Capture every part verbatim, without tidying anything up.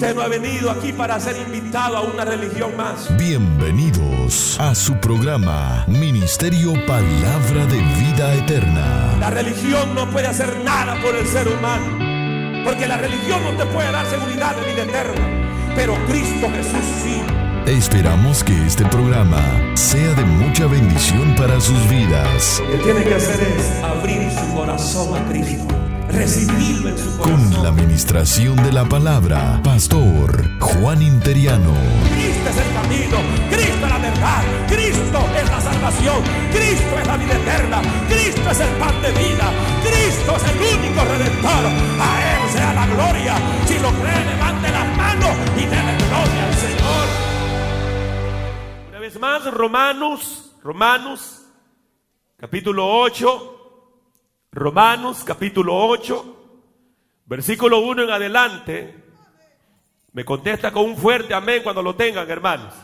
Usted no ha venido aquí para ser invitado a una religión más. Bienvenidos a su programa Ministerio Palabra de Vida Eterna. La religión no puede hacer nada por el ser humano, porque la religión no te puede dar seguridad de vida eterna, pero Cristo Jesús sí. Esperamos que este programa sea de mucha bendición para sus vidas. Lo que tiene que hacer es abrir su corazón a Cristo, recibirlo en su corazón. Con la ministración de la palabra, Pastor Juan Interiano. Cristo es el camino, Cristo es la verdad, Cristo es la salvación, Cristo es la vida eterna, Cristo es el pan de vida, Cristo es el único redentor. A Él sea la gloria. Si lo cree, levante las manos y déle gloria al Señor. Una vez más, Romanos, Romanos, capítulo ocho, Romanos, capítulo ocho, versículo uno en adelante. Me contesta con un fuerte amén cuando lo tengan, hermanos.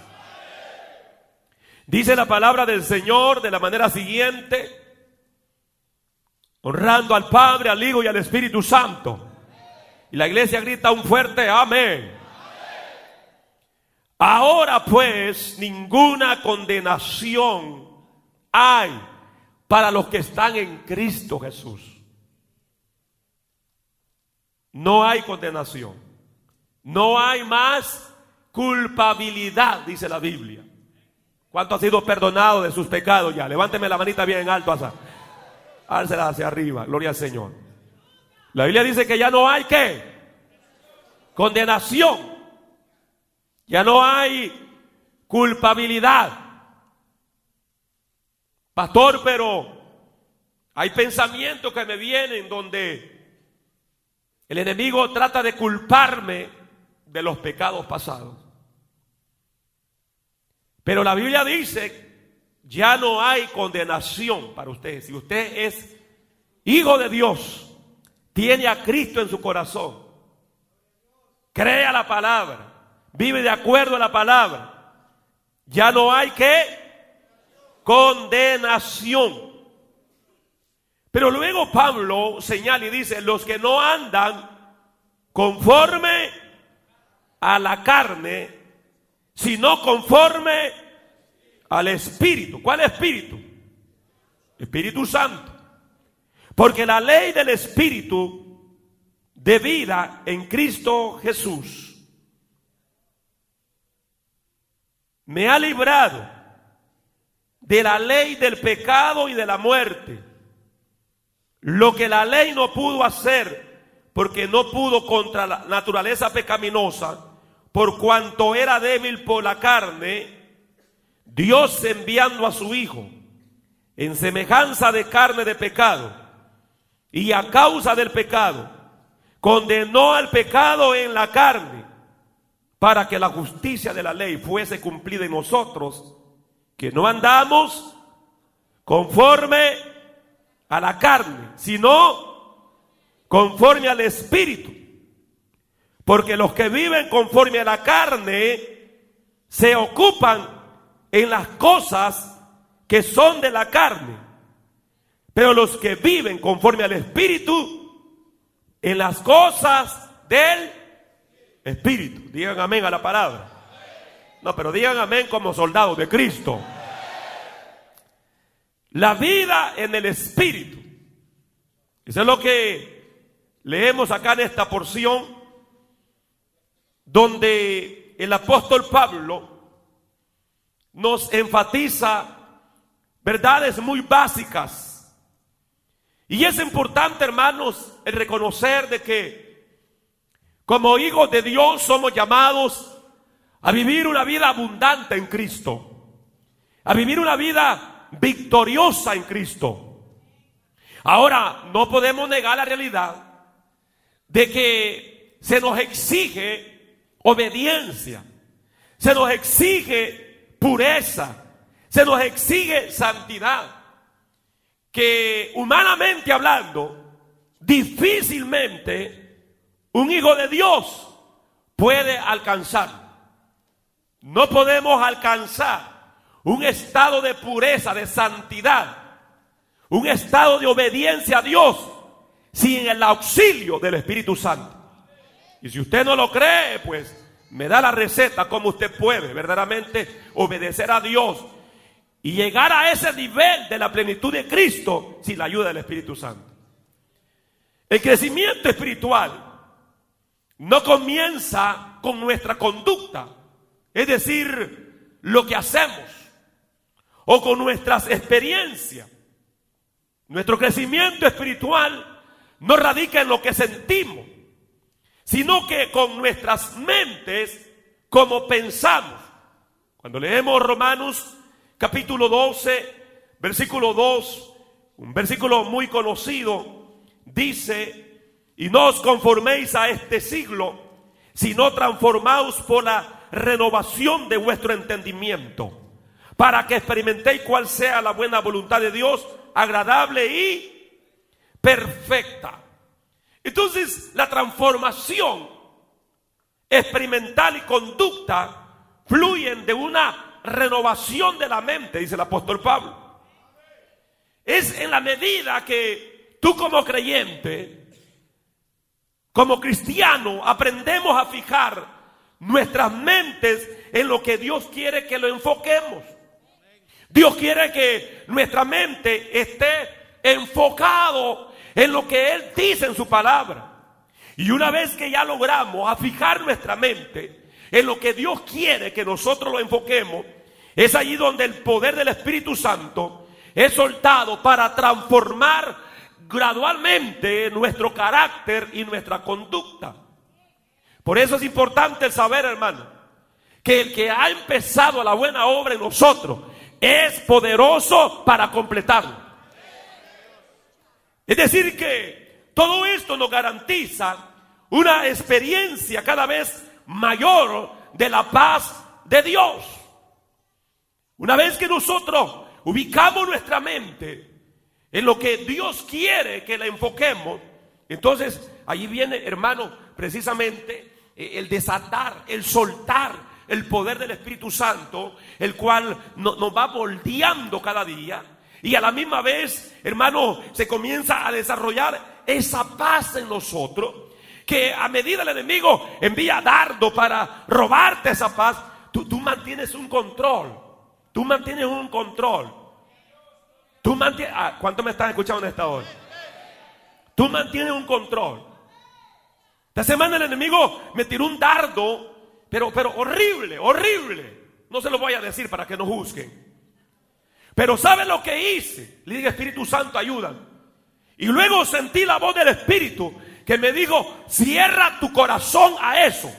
Dice la palabra del Señor de la manera siguiente: honrando al Padre, al Hijo y al Espíritu Santo. Y la iglesia grita un fuerte amén. Ahora pues, ninguna condenación hay para los que están en Cristo Jesús. No hay condenación. No hay más culpabilidad, dice la Biblia. ¿Cuánto ha sido perdonado de sus pecados ya? Levánteme la manita bien en alto, hacia, álcela hacia arriba, gloria al Señor. La Biblia dice que ya no hay ¿qué? Condenación. Ya no hay culpabilidad. Pastor, pero hay pensamientos que me vienen donde el enemigo trata de culparme de los pecados pasados. Pero la Biblia dice, ya no hay condenación para usted. Si usted es hijo de Dios, tiene a Cristo en su corazón, crea la palabra, vive de acuerdo a la palabra, ya no hay ¿qué? Condenación. Pero luego Pablo señala y dice: los que no andan conforme a la carne, sino conforme al Espíritu. ¿Cuál Espíritu? Espíritu Santo. Porque la ley del Espíritu de vida en Cristo Jesús me ha librado de la ley del pecado y de la muerte. Lo que la ley no pudo hacer, porque no pudo contra la naturaleza pecaminosa, por cuanto era débil por la carne, Dios, enviando a su Hijo en semejanza de carne de pecado, y a causa del pecado condenó al pecado en la carne, para que la justicia de la ley fuese cumplida en nosotros, que no andamos conforme a la carne, sino conforme al Espíritu. Porque los que viven conforme a la carne se ocupan en las cosas que son de la carne, pero los que viven conforme al Espíritu, en las cosas del Espíritu. Digan amén a la palabra. No, pero digan amén como soldados de Cristo. La vida en el Espíritu. Eso es lo que leemos acá en esta porción, donde el apóstol Pablo nos enfatiza verdades muy básicas. Y es importante, hermanos, el reconocer de que como hijos de Dios somos llamados a vivir una vida abundante en Cristo, a vivir una vida victoriosa en Cristo. Ahora, no podemos negar la realidad de que se nos exige obediencia, se nos exige pureza, se nos exige santidad, que humanamente hablando, difícilmente un hijo de Dios puede alcanzar. No podemos alcanzar un estado de pureza, de santidad, un estado de obediencia a Dios sin el auxilio del Espíritu Santo. Y si usted no lo cree, pues me da la receta como usted puede verdaderamente obedecer a Dios y llegar a ese nivel de la plenitud de Cristo sin la ayuda del Espíritu Santo. El crecimiento espiritual no comienza con nuestra conducta, es decir, lo que hacemos, o con nuestras experiencias. Nuestro crecimiento espiritual no radica en lo que sentimos, sino que con nuestras mentes, como pensamos. Cuando leemos Romanos capítulo doce, versículo dos, un versículo muy conocido, dice: y no os conforméis a este siglo, sino transformaos por la renovación de vuestro entendimiento, para que experimentéis cuál sea la buena voluntad de Dios, agradable y perfecta. Entonces, la transformación experimental y conducta fluyen de una renovación de la mente, dice el apóstol Pablo. Es en la medida que tú como creyente, como cristiano, aprendemos a fijar nuestras mentes en lo que Dios quiere que lo enfoquemos. Dios quiere que nuestra mente esté enfocado en lo que Él dice en su palabra. Y una vez que ya logramos a fijar nuestra mente en lo que Dios quiere que nosotros lo enfoquemos, es allí donde el poder del Espíritu Santo es soltado para transformar gradualmente nuestro carácter y nuestra conducta. Por eso es importante saber, hermano, que el que ha empezado la buena obra en nosotros es poderoso para completarlo. Es decir que todo esto nos garantiza una experiencia cada vez mayor de la paz de Dios. Una vez que nosotros ubicamos nuestra mente en lo que Dios quiere que la enfoquemos, entonces allí viene, hermano, precisamente el desatar, el soltar el poder del Espíritu Santo, el cual no, nos va moldeando cada día. Y a la misma vez, hermano, se comienza a desarrollar esa paz en nosotros, que a medida el enemigo envía dardo para robarte esa paz, tú, tú mantienes un control. Tú mantienes un control. Tú mantienes, ah, ¿cuántos me están escuchando en esta hora? Tú mantienes un control. Esta semana el enemigo me tiró un dardo, pero, pero horrible, horrible. No se lo voy a decir para que no juzguen. Pero ¿sabe lo que hice? Le dije: Espíritu Santo, ayúdame. Y luego sentí la voz del Espíritu que me dijo: cierra tu corazón a eso.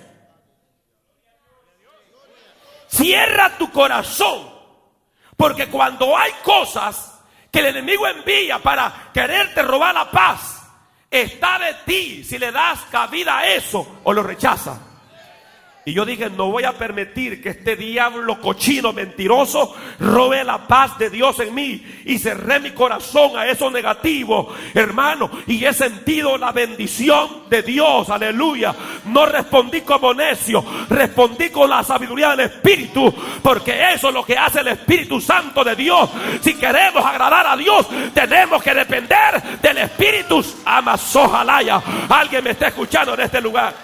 Cierra tu corazón. Porque cuando hay cosas que el enemigo envía para quererte robar la paz, está de ti si le das cabida a eso o lo rechazas. Y yo dije: no voy a permitir que este diablo cochino mentiroso robe la paz de Dios en mí. Y cerré mi corazón a eso negativo, hermano, y he sentido la bendición de Dios, aleluya. No respondí como necio, respondí con la sabiduría del Espíritu, porque eso es lo que hace el Espíritu Santo de Dios. Si queremos agradar a Dios, tenemos que depender del Espíritu. Amazojalaya. Alguien me está escuchando en este lugar.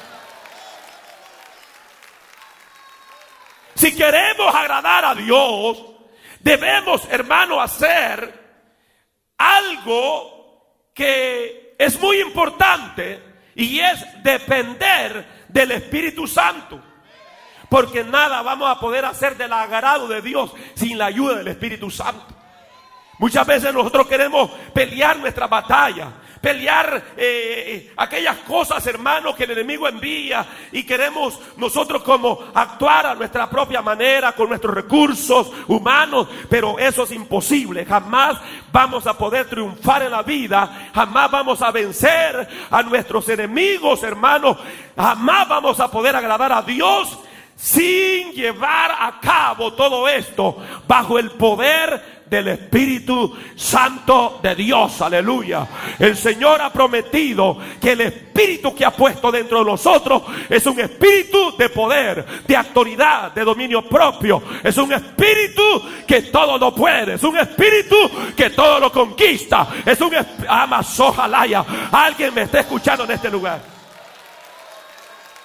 Si queremos agradar a Dios, debemos, hermano, hacer algo que es muy importante, y es depender del Espíritu Santo. Porque nada vamos a poder hacer del agrado de Dios sin la ayuda del Espíritu Santo. Muchas veces nosotros queremos pelear nuestra batalla, pelear eh, aquellas cosas, hermanos, que el enemigo envía, y queremos nosotros como actuar a nuestra propia manera, con nuestros recursos humanos, pero eso es imposible. Jamás vamos a poder triunfar en la vida, jamás vamos a vencer a nuestros enemigos, hermanos, jamás vamos a poder agradar a Dios sin llevar a cabo todo esto bajo el poder del Espíritu Santo de Dios, aleluya. El Señor ha prometido que el Espíritu que ha puesto dentro de nosotros es un espíritu de poder, de autoridad, de dominio propio. Es un espíritu que todo lo puede, es un espíritu que todo lo conquista, es un espíritu. Amazojalaya. Alguien me está escuchando en este lugar.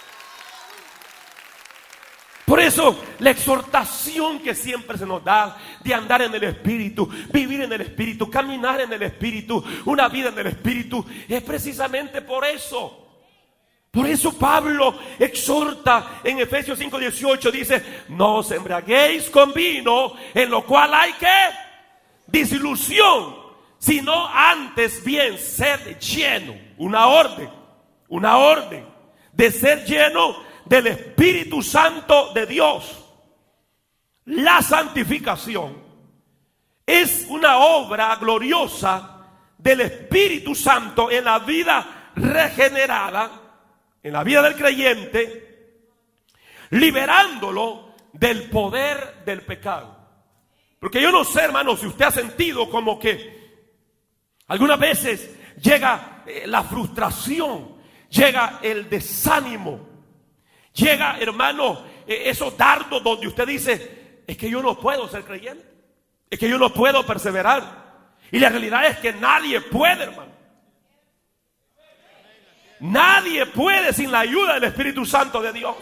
Por eso la exhortación que siempre se nos da de andar en el Espíritu, vivir en el Espíritu, caminar en el Espíritu, una vida en el Espíritu, es precisamente por eso. Por eso Pablo exhorta en Efesios cinco dieciocho, dice: no os embriaguéis con vino, en lo cual hay que disilusión, sino antes bien sed lleno. Una orden, una orden de ser lleno del Espíritu Santo de Dios. La santificación es una obra gloriosa del Espíritu Santo en la vida regenerada, en la vida del creyente, liberándolo del poder del pecado. Porque yo no sé, hermano, si usted ha sentido como que algunas veces llega eh, la frustración, llega el desánimo, llega, hermano, eh, esos dardos donde usted dice: es que yo no puedo ser creyente, es que yo no puedo perseverar. Y la realidad es que nadie puede, hermano. Nadie puede sin la ayuda del Espíritu Santo de Dios.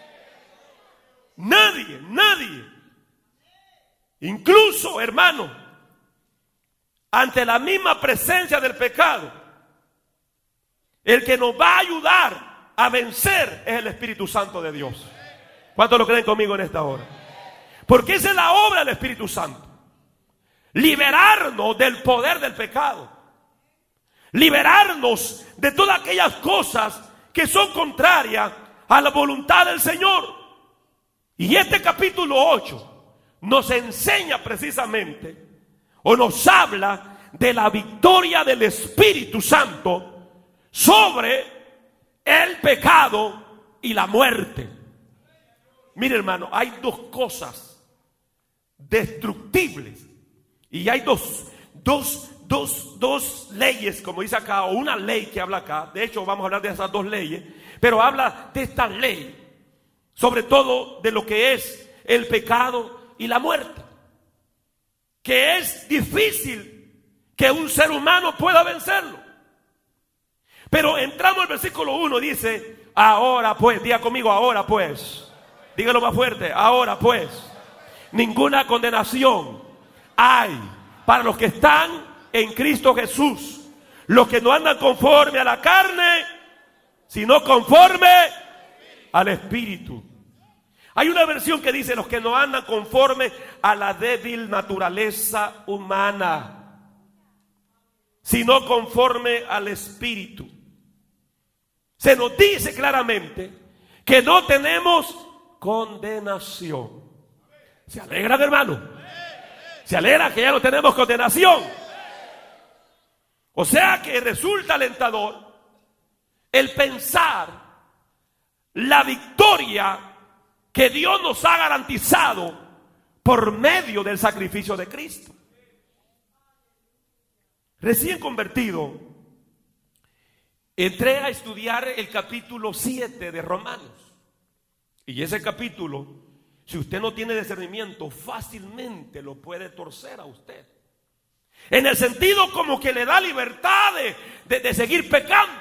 Nadie, nadie. Incluso, hermano, ante la misma presencia del pecado, el que nos va a ayudar a vencer es el Espíritu Santo de Dios. ¿Cuántos lo creen conmigo en esta hora? Porque esa es la obra del Espíritu Santo. Liberarnos del poder del pecado. Liberarnos de todas aquellas cosas que son contrarias a la voluntad del Señor. Y este capítulo ocho nos enseña precisamente, o nos habla de la victoria del Espíritu Santo sobre el pecado y la muerte. Mire, hermano, hay dos cosas destructibles y hay dos, dos, dos, dos leyes, como dice acá, o una ley que habla acá. De hecho, vamos a hablar de esas dos leyes, pero habla de esta ley, sobre todo de lo que es el pecado y la muerte, que es difícil que un ser humano pueda vencerlo. Pero entramos al versículo uno, dice: ahora pues, diga conmigo, ahora pues, dígalo más fuerte, ahora pues, ninguna condenación hay para los que están en Cristo Jesús, los que no andan conforme a la carne, sino conforme al Espíritu. Hay una versión que dice: los que no andan conforme a la débil naturaleza humana, sino conforme al Espíritu. Se nos dice claramente que no tenemos condenación. ¿Se alegran, hermano? ¿Se alegra que ya no tenemos condenación? O sea que resulta alentador el pensar la victoria que Dios nos ha garantizado por medio del sacrificio de Cristo. Recién convertido, entré a estudiar el capítulo siete de Romanos. Y ese capítulo, si usted no tiene discernimiento, fácilmente lo puede torcer a usted. En el sentido como que le da libertad de, de, de seguir pecando.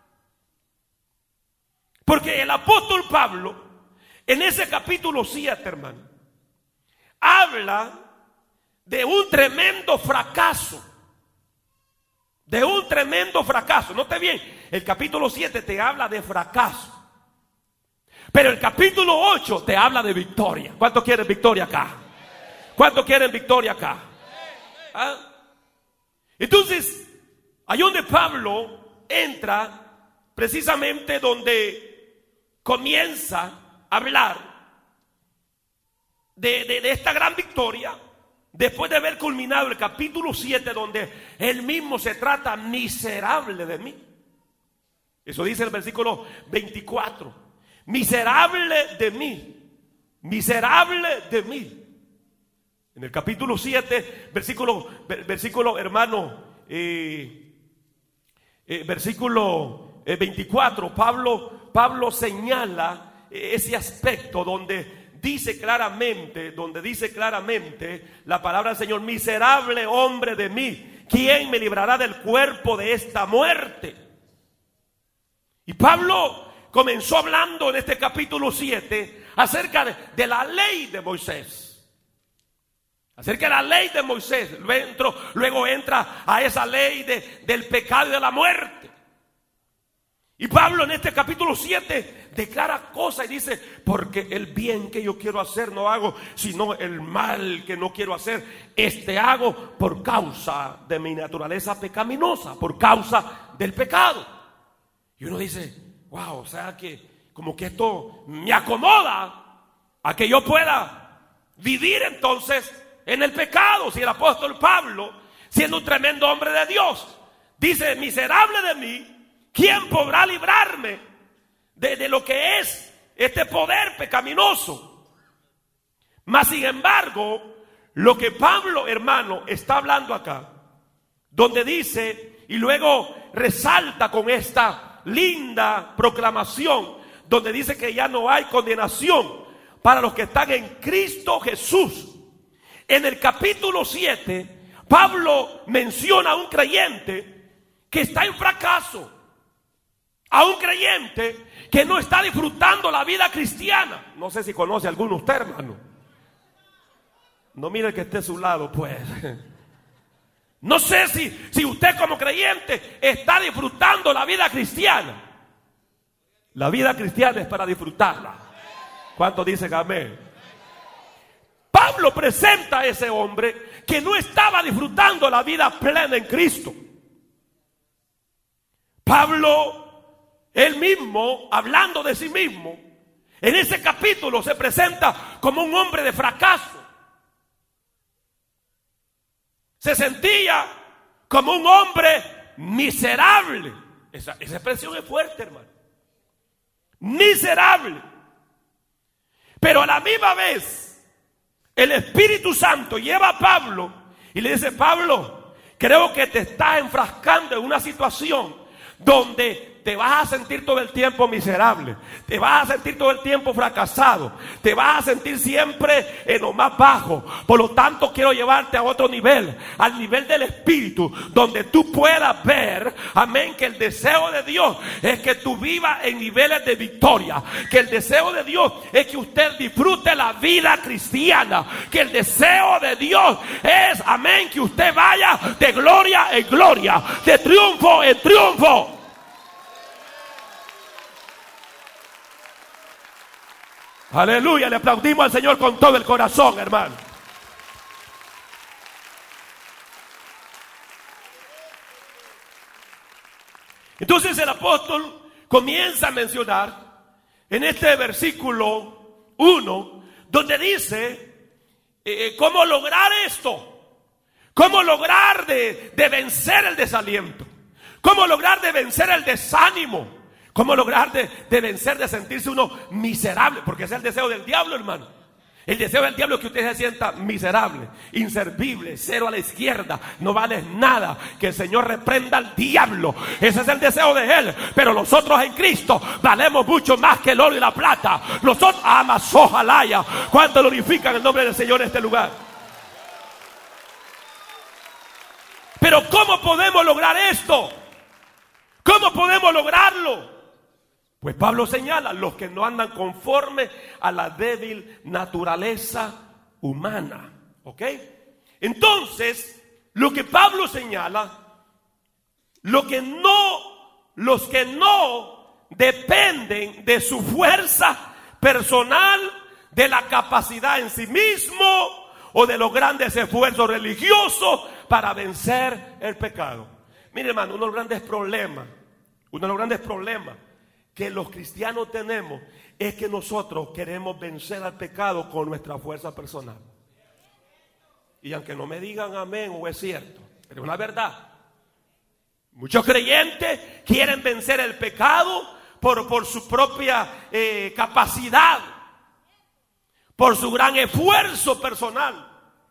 Porque el apóstol Pablo, en ese capítulo siete, hermano, habla de un tremendo fracaso. De un tremendo fracaso. Note bien, el capítulo siete te habla de fracaso. Pero el capítulo ocho te habla de victoria. ¿Cuántos quieren victoria acá? ¿Cuántos quieren victoria acá? ¿Ah? Entonces, ahí donde Pablo entra, precisamente donde comienza a hablar de, de, de esta gran victoria, después de haber culminado el capítulo siete, donde él mismo se trata miserable de mí. Eso dice el versículo veinticuatro. Miserable de mí, miserable de mí. En el capítulo siete, versículo, versículo hermano, eh, eh, versículo eh, veinticuatro, Pablo, Pablo señala ese aspecto donde dice claramente, donde dice claramente la palabra del Señor: miserable hombre de mí, ¿quién me librará del cuerpo de esta muerte? Y Pablo comenzó hablando en este capítulo siete acerca de, de la ley de Moisés. Acerca de la ley de Moisés. Luego, entro, luego entra a esa ley de, del pecado y de la muerte. Y Pablo en este capítulo siete declara cosas y dice: porque el bien que yo quiero hacer no hago, sino el mal que no quiero hacer, este hago por causa de mi naturaleza pecaminosa, por causa del pecado. Y uno dice: wow, o sea que como que esto me acomoda a que yo pueda vivir entonces en el pecado. Si el apóstol Pablo, siendo un tremendo hombre de Dios, dice: miserable de mí, ¿quién podrá librarme de, de lo que es este poder pecaminoso? Mas sin embargo, lo que Pablo, hermano, está hablando acá, donde dice, y luego resalta con esta linda proclamación, donde dice que ya no hay condenación para los que están en Cristo Jesús. En el capítulo siete, Pablo menciona a un creyente que está en fracaso, a un creyente que no está disfrutando la vida cristiana. No sé si conoce a alguno de usted, hermano. No mire que esté a su lado, pues. No sé si, si usted como creyente está disfrutando la vida cristiana. La vida cristiana es para disfrutarla. ¿Cuántos dicen amén? Pablo presenta a ese hombre que no estaba disfrutando la vida plena en Cristo. Pablo, él mismo, hablando de sí mismo, en ese capítulo se presenta como un hombre de fracaso. Se sentía como un hombre miserable. Esa, esa expresión es fuerte, hermano. Miserable. Pero a la misma vez, el Espíritu Santo lleva a Pablo y le dice: Pablo, creo que te estás enfrascando en una situación donde te vas a sentir todo el tiempo miserable, te vas a sentir todo el tiempo fracasado, te vas a sentir siempre en lo más bajo. Por lo tanto, quiero llevarte a otro nivel, al nivel del Espíritu, donde tú puedas ver, amén, que el deseo de Dios es que tú vivas en niveles de victoria, que el deseo de Dios es que usted disfrute la vida cristiana, que el deseo de Dios es, amén, que usted vaya de gloria en gloria, de triunfo en triunfo. Aleluya, le aplaudimos al Señor con todo el corazón, hermano. Entonces el apóstol comienza a mencionar en este versículo uno, donde dice eh, cómo lograr esto, cómo lograr de, de vencer el desaliento, cómo lograr de vencer el desánimo, cómo lograr de, de vencer, de sentirse uno miserable, porque ese es el deseo del diablo, hermano. El deseo del diablo es que usted se sienta miserable, inservible, cero a la izquierda, no vales nada, que el Señor reprenda al diablo. Ese es el deseo de él. Pero nosotros en Cristo valemos mucho más que el oro y la plata. Nosotros, amas, ojalá, cuando glorifican el nombre del Señor en este lugar. Pero ¿cómo podemos lograr esto? ¿Cómo podemos lograrlo? Pues Pablo señala: los que no andan conforme a la débil naturaleza humana. ¿Ok? Entonces, lo que Pablo señala, lo que no, los que no dependen de su fuerza personal, de la capacidad en sí mismo o de los grandes esfuerzos religiosos para vencer el pecado. Mire, hermano, uno de los grandes problemas, uno de los grandes problemas que los cristianos tenemos es que nosotros queremos vencer al pecado con nuestra fuerza personal. Y aunque no me digan amén o es cierto, pero es una verdad. Muchos creyentes quieren vencer el pecado por, por su propia eh, capacidad, por su gran esfuerzo personal.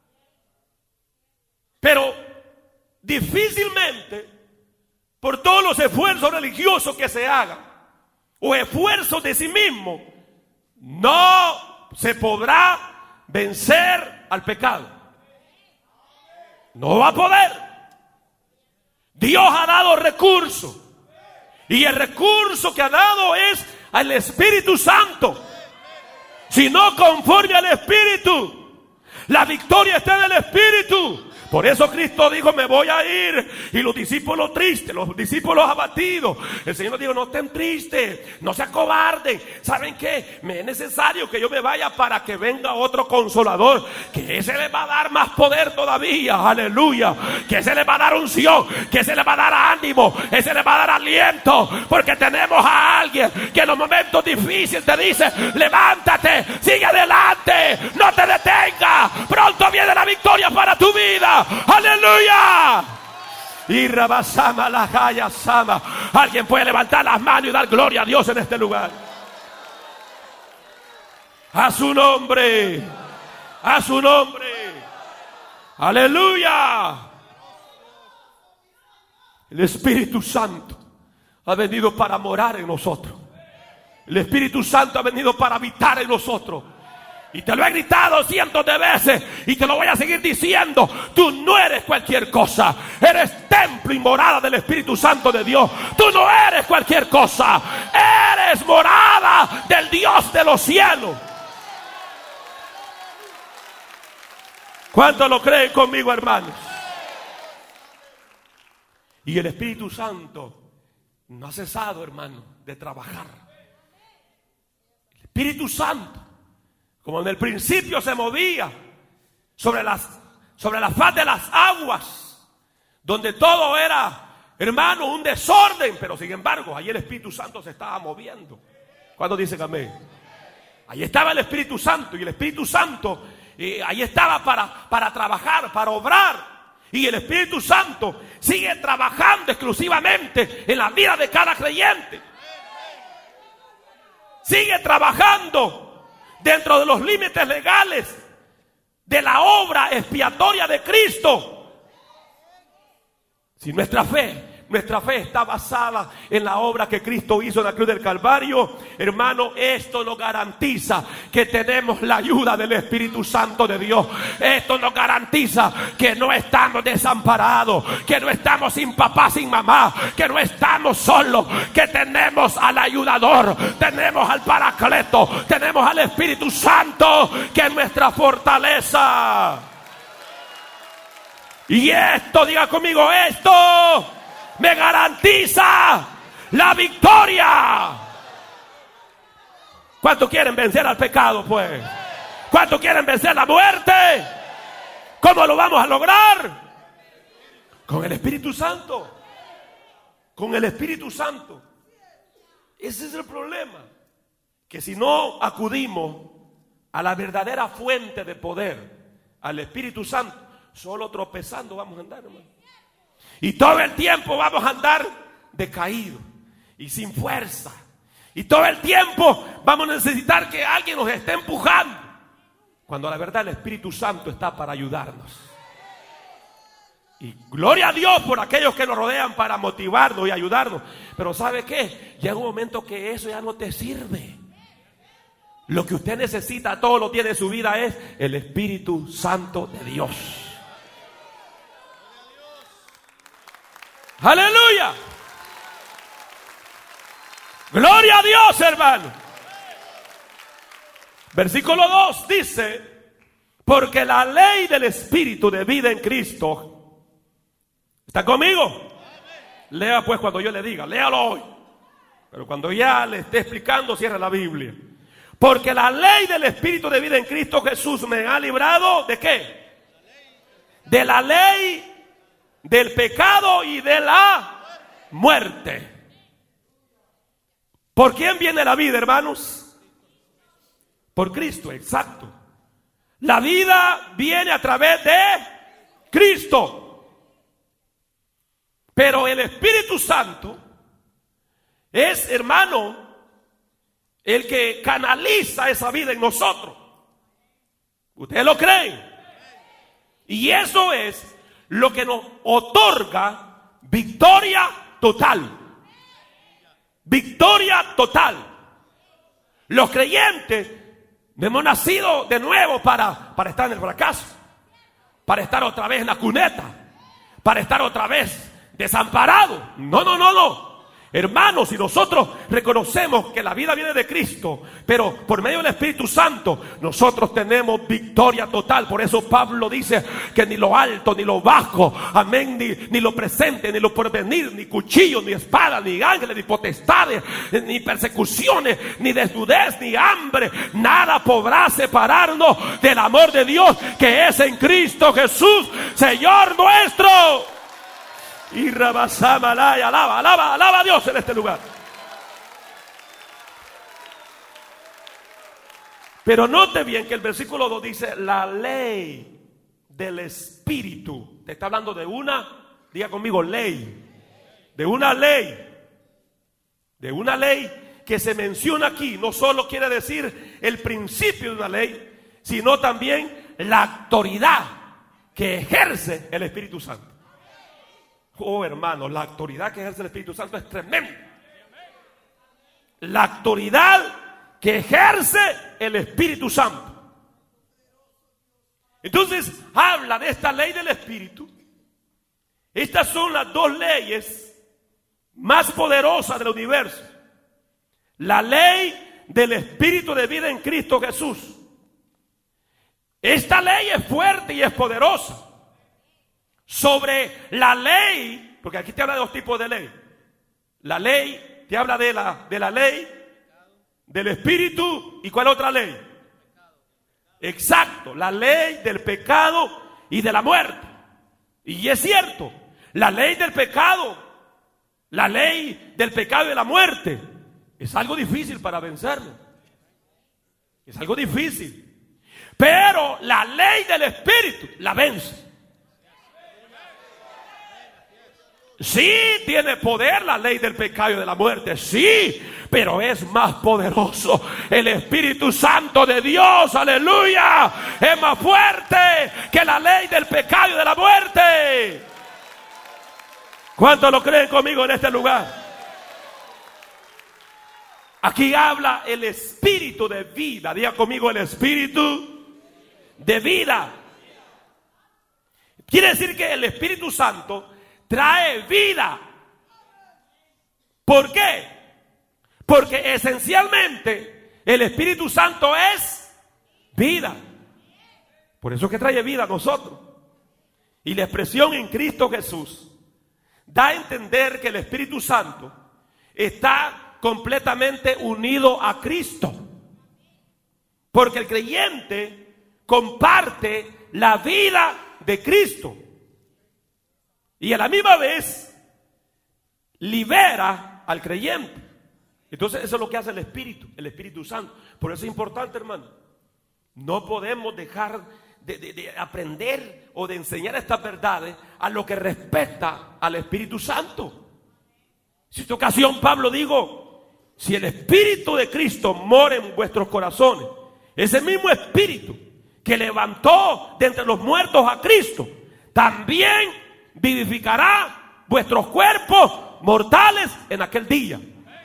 Pero difícilmente, por todos los esfuerzos religiosos que se hagan, o esfuerzos de sí mismo, no se podrá vencer al pecado. No va a poder. Dios ha dado recursos, y el recurso que ha dado es al Espíritu Santo. sino conforme al Espíritu. La victoria está en el Espíritu. Por eso Cristo dijo, me voy a ir. Y los discípulos tristes, los discípulos abatidos. El Señor nos dijo, no estén tristes, no se acobarden. ¿Saben qué? Me es necesario que yo me vaya para que venga otro consolador. Que ese le va a dar más poder todavía. Aleluya. Que ese le va a dar unción. Que ese le va a dar ánimo. Ese le va a dar aliento. Porque tenemos a alguien que en los momentos difíciles te dice, levántate, sigue adelante, no te detengas. Pronto viene la victoria para tu vida. ¡Aleluya! Y Rabasama la Jaya Sama. Alguien puede levantar las manos y dar gloria a Dios en este lugar. A su nombre. A su nombre. ¡Aleluya! El Espíritu Santo ha venido para morar en nosotros. El Espíritu Santo ha venido para habitar en nosotros. Y te lo he gritado cientos de veces y te lo voy a seguir diciendo. Tú no eres cualquier cosa. Eres templo y morada del Espíritu Santo de Dios. Tú no eres cualquier cosa. Eres morada del Dios de los cielos. ¿Cuántos lo creen conmigo, hermanos? Y el Espíritu Santo no ha cesado, hermano, de trabajar. El Espíritu Santo, como en el principio se movía sobre las, sobre la faz de las aguas, donde todo era, hermano, un desorden, pero sin embargo, ahí el Espíritu Santo se estaba moviendo. ¿Cuándo dicen amén? Ahí estaba el Espíritu Santo, y el Espíritu Santo eh, ahí estaba para, para trabajar, para obrar. Y el Espíritu Santo sigue trabajando exclusivamente en la vida de cada creyente. Sigue trabajando dentro de los límites legales de la obra expiatoria de Cristo. Si nuestra fe, nuestra fe está basada en la obra que Cristo hizo en la cruz del Calvario, hermano, esto nos garantiza que tenemos la ayuda del Espíritu Santo de Dios. Esto nos garantiza que no estamos desamparados, que no estamos sin papá, sin mamá, que no estamos solos, que tenemos al ayudador, tenemos al Paracleto, tenemos al Espíritu Santo, que es nuestra fortaleza. Y esto, diga conmigo, esto me garantiza la victoria. ¿Cuántos quieren vencer al pecado, pues? ¿Cuántos quieren vencer la muerte? ¿Cómo lo vamos a lograr? Con el Espíritu Santo. Con el Espíritu Santo. Ese es el problema. Que si no acudimos a la verdadera fuente de poder, al Espíritu Santo, solo tropezando vamos a andar, hermano. Y todo el tiempo vamos a andar decaídos y sin fuerza. Y todo el tiempo vamos a necesitar que alguien nos esté empujando. Cuando la verdad el Espíritu Santo está para ayudarnos. Y gloria a Dios por aquellos que nos rodean para motivarnos y ayudarnos. Pero ¿sabe qué? Llega un momento que eso ya no te sirve. Lo que usted necesita todos los días de su vida es el Espíritu Santo de Dios. ¡Aleluya! ¡Gloria a Dios, hermano! Versículo dos dice: porque la ley del Espíritu de vida en Cristo. ¿Está conmigo? Lea pues cuando yo le diga, léalo hoy. Pero cuando ya le esté explicando, cierra la Biblia. Porque la ley del Espíritu de vida en Cristo Jesús me ha librado, ¿de qué? De la ley del pecado y de la muerte. ¿Por quién viene la vida, hermanos? Por Cristo, exacto. La vida viene a través de Cristo. Pero el Espíritu Santo es, hermano, el que canaliza esa vida en nosotros. ¿Ustedes lo creen? Y eso es lo que nos otorga victoria total. Victoria total. Los creyentes no hemos nacido de nuevo para, para estar en el fracaso, para estar otra vez en la cuneta, para estar otra vez desamparado. No, no, no, no. Hermanos, si nosotros reconocemos que la vida viene de Cristo, pero por medio del Espíritu Santo, nosotros tenemos victoria total. Por eso Pablo dice que ni lo alto, ni lo bajo, amén, ni, ni lo presente, ni lo porvenir, ni cuchillos, ni espadas, ni ángeles, ni potestades, ni persecuciones, ni desnudez, ni hambre, nada podrá separarnos del amor de Dios que es en Cristo Jesús, Señor nuestro. Y Rabasamalaya, alaba, alaba, alaba a Dios en este lugar. Pero note bien que el versículo dos dice: la ley del Espíritu. Te está hablando de una, diga conmigo, ley. De una ley. De una ley que se menciona aquí. No solo quiere decir el principio de una ley, sino también la autoridad que ejerce el Espíritu Santo. Oh, hermano, la autoridad que ejerce el Espíritu Santo es tremenda. La autoridad que ejerce el Espíritu Santo. Entonces, habla de esta ley del Espíritu. Estas son las dos leyes más poderosas del universo. La ley del Espíritu de vida en Cristo Jesús. Esta ley es fuerte y es poderosa. Sobre la ley, porque aquí te habla de dos tipos de ley. La ley te habla de la, de la ley del Espíritu. ¿Y cuál otra ley? Exacto, la ley del pecado y de la muerte. Y es cierto, la ley del pecado, la ley del pecado y de la muerte es algo difícil para vencerlo. Es algo difícil. Pero la ley del Espíritu la vence. Sí, tiene poder la ley del pecado y de la muerte, sí, pero es más poderoso el Espíritu Santo de Dios, aleluya, es más fuerte que la ley del pecado y de la muerte. ¿Cuántos lo creen conmigo en este lugar? Aquí habla el Espíritu de vida, diga conmigo, el Espíritu de vida. Quiere decir que el Espíritu Santo trae vida. ¿Por qué? Porque esencialmente el Espíritu Santo es vida. Por eso es que trae vida a nosotros. Y la expresión en Cristo Jesús da a entender que el Espíritu Santo está completamente unido a Cristo. Porque el creyente comparte la vida de Cristo. Y a la misma vez libera al creyente. Entonces eso es lo que hace el Espíritu, el Espíritu Santo. Por eso es importante, hermano. No podemos dejar de, de, de aprender o de enseñar estas verdades a lo que respecta al Espíritu Santo. En esta ocasión Pablo digo, si el Espíritu de Cristo mora en vuestros corazones, ese mismo Espíritu que levantó de entre los muertos a Cristo, también vivificará vuestros cuerpos mortales en aquel día.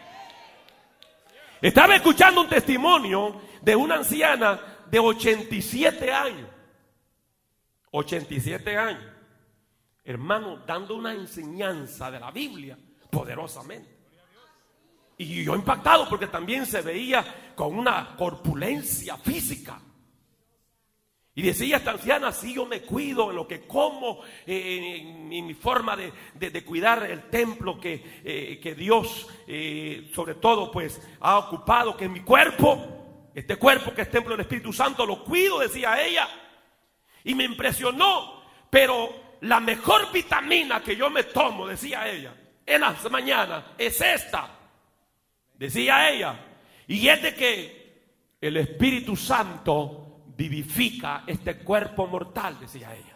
Estaba escuchando un testimonio de una anciana de ochenta y siete años. ochenta y siete años. Hermano, dando una enseñanza de la Biblia poderosamente. Y yo impactado porque también se veía con una corpulencia física. Y decía esta anciana, sí, yo me cuido en lo que como, eh, en, en mi forma de, de, de cuidar el templo que, eh, que Dios, eh, sobre todo, pues, ha ocupado, que en mi cuerpo, este cuerpo que es templo del Espíritu Santo, lo cuido, decía ella. Y me impresionó, pero la mejor vitamina que yo me tomo, decía ella, en las mañanas, es esta, decía ella. Y es de que el Espíritu Santo vivifica este cuerpo mortal, decía ella.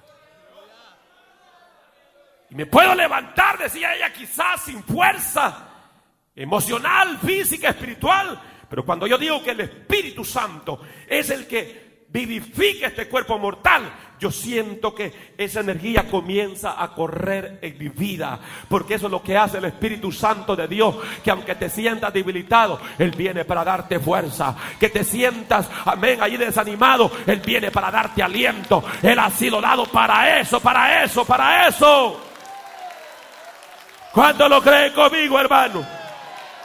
Y me puedo levantar, decía ella, quizás sin fuerza emocional, física, espiritual, pero cuando yo digo que el Espíritu Santo es el que vivifica este cuerpo mortal, yo siento que esa energía comienza a correr en mi vida, porque eso es lo que hace el Espíritu Santo de Dios, que aunque te sientas debilitado, Él viene para darte fuerza. Que te sientas, amén, allí desanimado, Él viene para darte aliento. Él ha sido dado para eso, para eso, para eso. ¿Cuánto lo creen conmigo, hermano?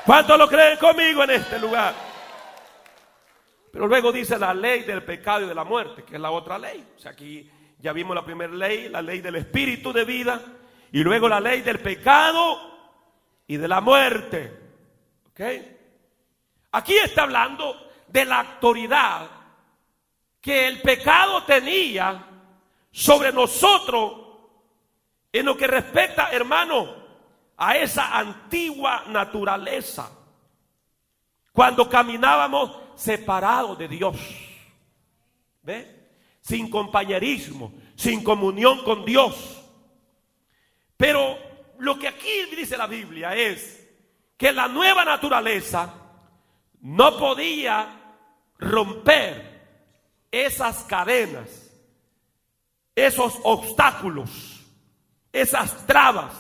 ¿Cuántos lo creen conmigo en este lugar? Pero luego dice la ley del pecado y de la muerte, que es la otra ley. O sea, aquí ya vimos la primera ley, la ley del espíritu de vida, y luego la ley del pecado y de la muerte. ¿Ok? Aquí está hablando de la autoridad que el pecado tenía sobre nosotros en lo que respecta, hermano, a esa antigua naturaleza, cuando caminábamos separados de Dios, ¿ve? Sin compañerismo, sin comunión con Dios. Pero lo que aquí dice la Biblia es que la nueva naturaleza no podía romper esas cadenas, esos obstáculos, esas trabas.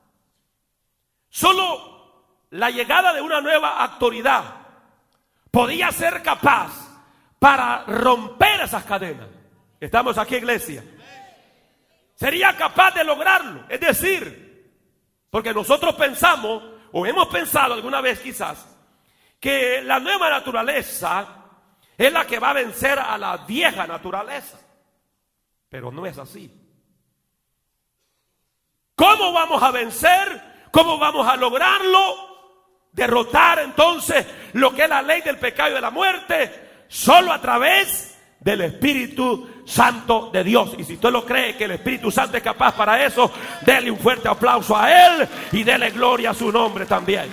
Solo la llegada de una nueva autoridad podía ser capaz para romper esas cadenas. Estamos aquí, iglesia. Sería capaz de lograrlo. Es decir, porque nosotros pensamos, o hemos pensado alguna vez quizás, que la nueva naturaleza es la que va a vencer a la vieja naturaleza. Pero no es así. ¿Cómo vamos a vencer? ¿Cómo vamos a lograrlo? Derrotar entonces lo que es la ley del pecado y de la muerte, solo a través del Espíritu Santo de Dios. Y si usted lo cree que el Espíritu Santo es capaz para eso, déle un fuerte aplauso a Él y déle gloria a su nombre también.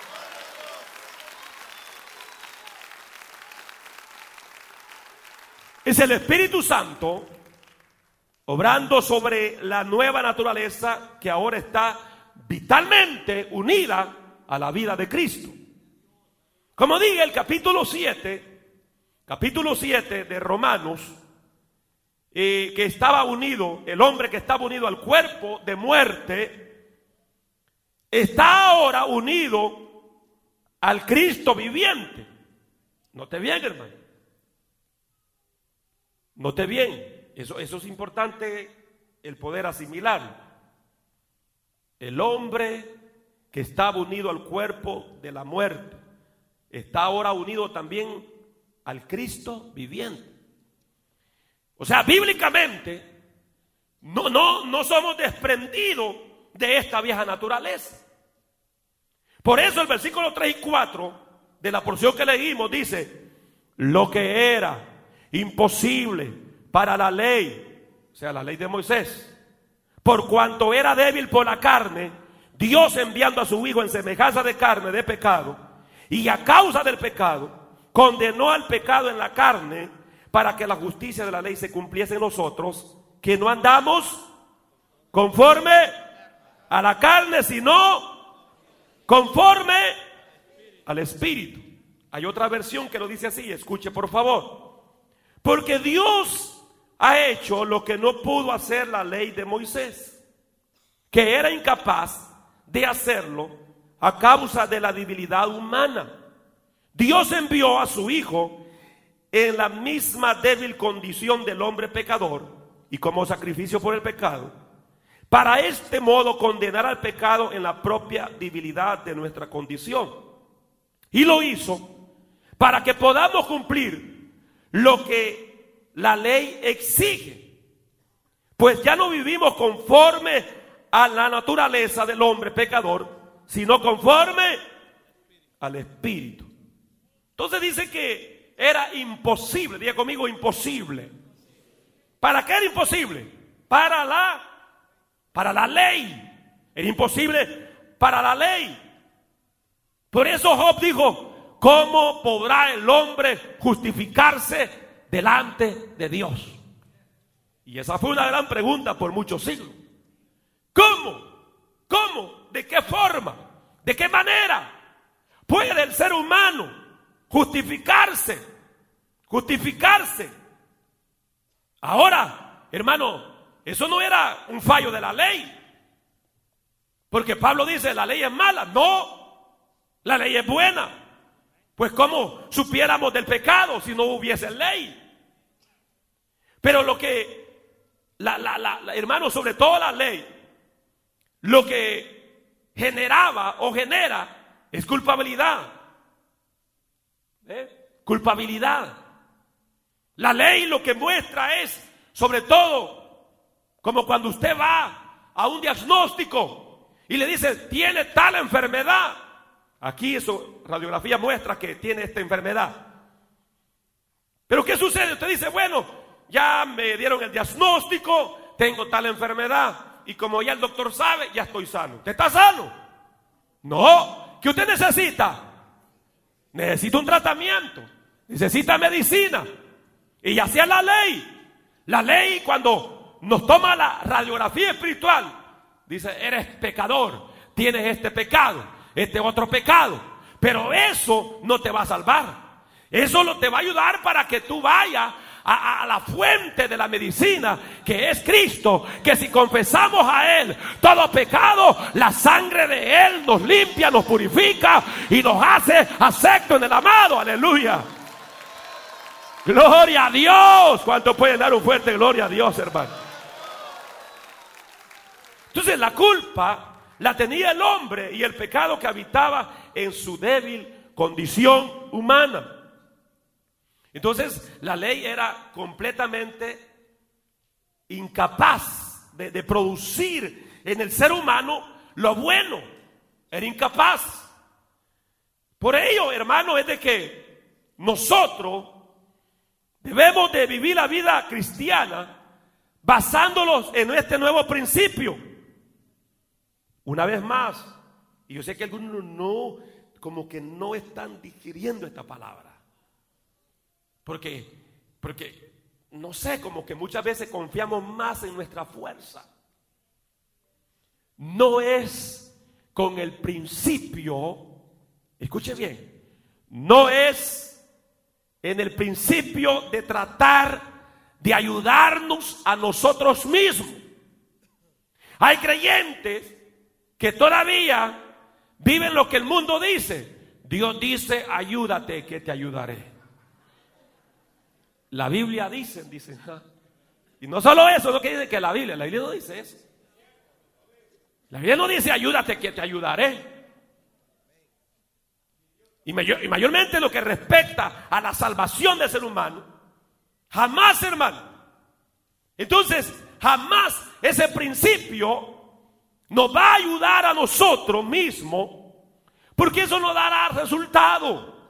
Es el Espíritu Santo obrando sobre la nueva naturaleza que ahora está vitalmente unida a la vida de Cristo. Como diga el capítulo siete, capítulo siete de Romanos, eh, que estaba unido, el hombre que estaba unido al cuerpo de muerte, está ahora unido al Cristo viviente. Note bien, hermano. Note bien, eso, eso es importante el poder asimilarlo. El hombre que estaba unido al cuerpo de la muerte está ahora unido también al Cristo viviente. O sea, bíblicamente no, no, no somos desprendidos de esta vieja naturaleza. Por eso el versículo tres y cuatro de la porción que leímos dice: lo que era imposible para la ley, o sea, la ley de Moisés, por cuanto era débil por la carne, Dios, enviando a su Hijo en semejanza de carne de pecado, y a causa del pecado condenó al pecado en la carne, para que la justicia de la ley se cumpliese en nosotros, que no andamos conforme a la carne, sino conforme al Espíritu. Hay otra versión que lo dice así, escuche por favor: porque Dios ha hecho lo que no pudo hacer la ley de Moisés, que era incapaz de hacerlo a causa de la debilidad humana. Dios envió a su Hijo en la misma débil condición del hombre pecador y como sacrificio por el pecado, para este modo condenar al pecado en la propia debilidad de nuestra condición. Y lo hizo para que podamos cumplir lo que la ley exige, pues ya no vivimos conforme a la naturaleza del hombre pecador, sino conforme al Espíritu. Entonces dice que era imposible, diga conmigo, imposible. ¿Para qué era imposible? Para la, para la ley. Era imposible para la ley. Por eso Job dijo: ¿cómo podrá el hombre justificarse delante de Dios? Y esa fue una gran pregunta por muchos siglos. ¿Cómo? ¿Cómo? ¿De qué forma? ¿De qué manera puede el ser humano justificarse? Justificarse. Ahora, hermano, eso no era un fallo de la ley. Porque Pablo dice: la ley es mala. No, la ley es buena. Pues ¿cómo supiéramos del pecado si no hubiese ley? Pero lo que, la, la, la, la, hermano, sobre todo la ley, lo que generaba o genera es culpabilidad. ¿Eh? Culpabilidad. La ley lo que muestra es, sobre todo, como cuando usted va a un diagnóstico y le dice, tiene tal enfermedad. Aquí eso, radiografía muestra que tiene esta enfermedad. Pero ¿qué sucede? Usted dice, bueno, ya me dieron el diagnóstico, tengo tal enfermedad, y como ya el doctor sabe, ya estoy sano. ¿Usted está sano? No. ¿Qué usted necesita? Necesita un tratamiento, necesita medicina. Y así es la ley. La ley, cuando nos toma la radiografía espiritual, dice, eres pecador, tienes este pecado, este otro pecado. Pero eso no te va a salvar. Eso no te va a ayudar para que tú vayas a, a la fuente de la medicina, que es Cristo, que si confesamos a Él todo pecado, la sangre de Él nos limpia, nos purifica y nos hace acepto en el amado. Aleluya. Gloria a Dios. ¿Cuánto pueden dar un fuerte gloria a Dios, hermano? Entonces la culpa la tenía el hombre y el pecado que habitaba en su débil condición humana. Entonces la ley era completamente incapaz de, de producir en el ser humano lo bueno. Era incapaz. Por ello, hermano, es de que nosotros debemos de vivir la vida cristiana basándolos en este nuevo principio. Una vez más, y yo sé que algunos no, como que no están digiriendo esta palabra. Porque, porque, no sé, como que muchas veces confiamos más en nuestra fuerza. No es con el principio, escuche bien, no es en el principio de tratar de ayudarnos a nosotros mismos. Hay creyentes que todavía viven lo que el mundo dice. Dios dice, ayúdate que te ayudaré. La Biblia dice, dice, ¿ja? Y no solo eso, es lo que dice que la Biblia, la Biblia no dice eso. La Biblia no dice, ayúdate que te ayudaré. Y, mayor, y mayormente lo que respecta a la salvación del ser humano, jamás, hermano. Entonces, jamás ese principio nos va a ayudar a nosotros mismos, porque eso no dará resultado.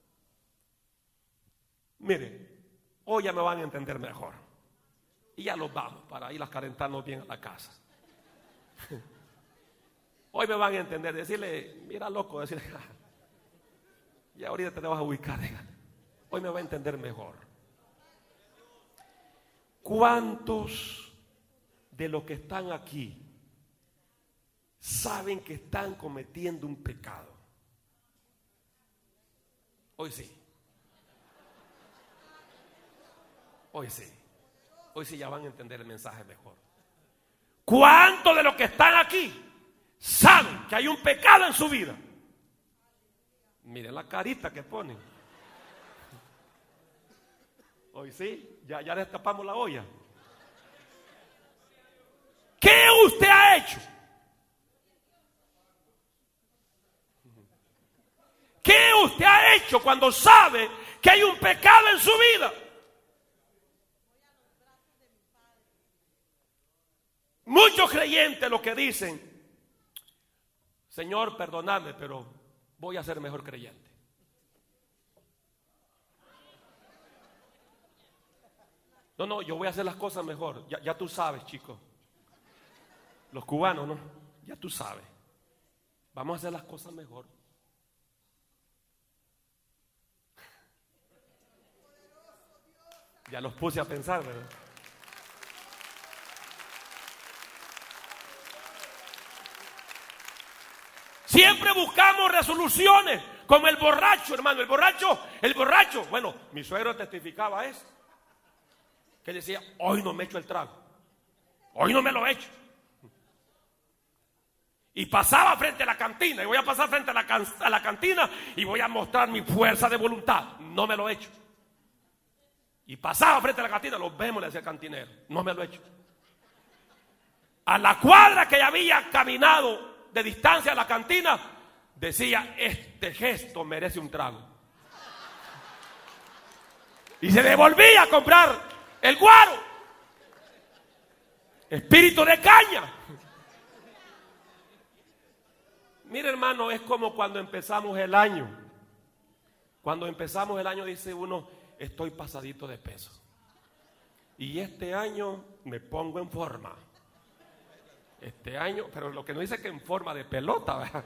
Mire, hoy ya me van a entender mejor. Y ya los vamos para ir a calentarnos bien a la casa. Hoy me van a entender, decirle, mira loco, decirle, ya ahorita te vas a ubicar. Hoy me va a entender mejor. ¿Cuántos de los que están aquí saben que están cometiendo un pecado? Hoy sí. Hoy sí. Hoy sí ya van a entender el mensaje mejor. ¿Cuántos de los que están aquí saben que hay un pecado en su vida? Miren la carita que ponen. Hoy sí, ya, ya destapamos la olla. ¿Qué usted ha hecho? ¿Qué usted ha hecho cuando sabe que hay un pecado en su vida? Muchos creyentes lo que dicen, Señor, perdóname, pero voy a ser mejor creyente. No, no, yo voy a hacer las cosas mejor. Ya, ya tú sabes, chicos. Los cubanos, ¿no? Ya tú sabes. Vamos a hacer las cosas mejor. Ya los puse a pensar, ¿verdad? Siempre buscamos resoluciones, como el borracho, hermano. El borracho, el borracho. Bueno, mi suegro testificaba eso. Que decía, hoy no me echo el trago. Hoy no me lo echo. Y pasaba frente a la cantina. Y voy a pasar frente a la, can- a la cantina y voy a mostrar mi fuerza de voluntad. No me lo echo. Y pasaba frente a la cantina. Los vemos, le decía el cantinero. No me lo echo. A la cuadra que ya había caminado de distancia a la cantina, decía: este gesto merece un trago. Y se devolvía a comprar el guaro. Espíritu de caña. Mire, hermano, es como cuando empezamos el año. Cuando empezamos el año dice uno: estoy pasadito de peso. Y este año me pongo en forma. Este año, pero lo que no dice es que en forma de pelota, ¿verdad?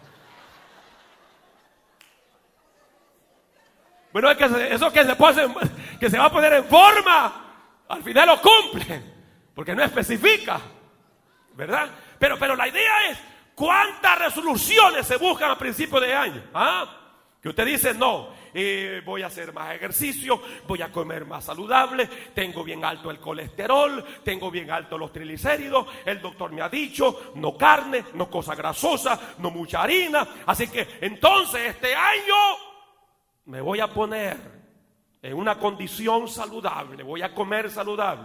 Bueno, es que eso que se, pone, que se va a poner en forma, al final lo cumple, porque no especifica, ¿verdad? Pero, pero la idea es: ¿cuántas resoluciones se buscan a principio de año? ¿Ah? Que usted dice: no, eh, voy a hacer más ejercicio, voy a comer más saludable, tengo bien alto el colesterol, tengo bien alto los triglicéridos, el doctor me ha dicho: no carne, no cosa grasosa, no mucha harina. Así que entonces este año me voy a poner en una condición saludable, voy a comer saludable.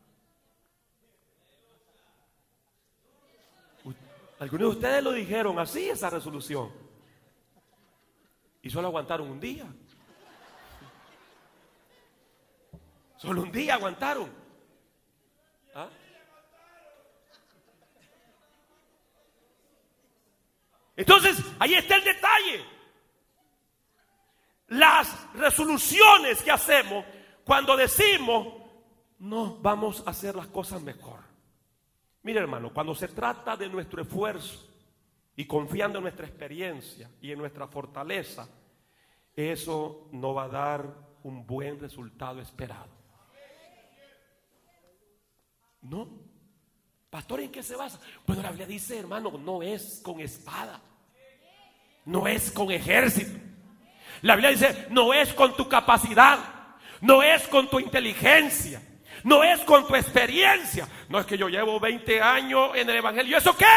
Algunos de ustedes lo dijeron así, esa resolución, y solo aguantaron un día. Solo un día aguantaron. ¿Ah? Entonces, ahí está el detalle. Las resoluciones que hacemos cuando decimos: no, vamos a hacer las cosas mejor. Mire, hermano, cuando se trata de nuestro esfuerzo y confiando en nuestra experiencia y en nuestra fortaleza, eso no va a dar un buen resultado esperado. ¿No? Pastor, ¿en qué se basa? Bueno, la Biblia dice, hermano, no es con espada, no es con ejército. La Biblia dice: no es con tu capacidad, no es con tu inteligencia, no es con tu experiencia. No es que yo llevo veinte años en el evangelio. ¿Eso qué?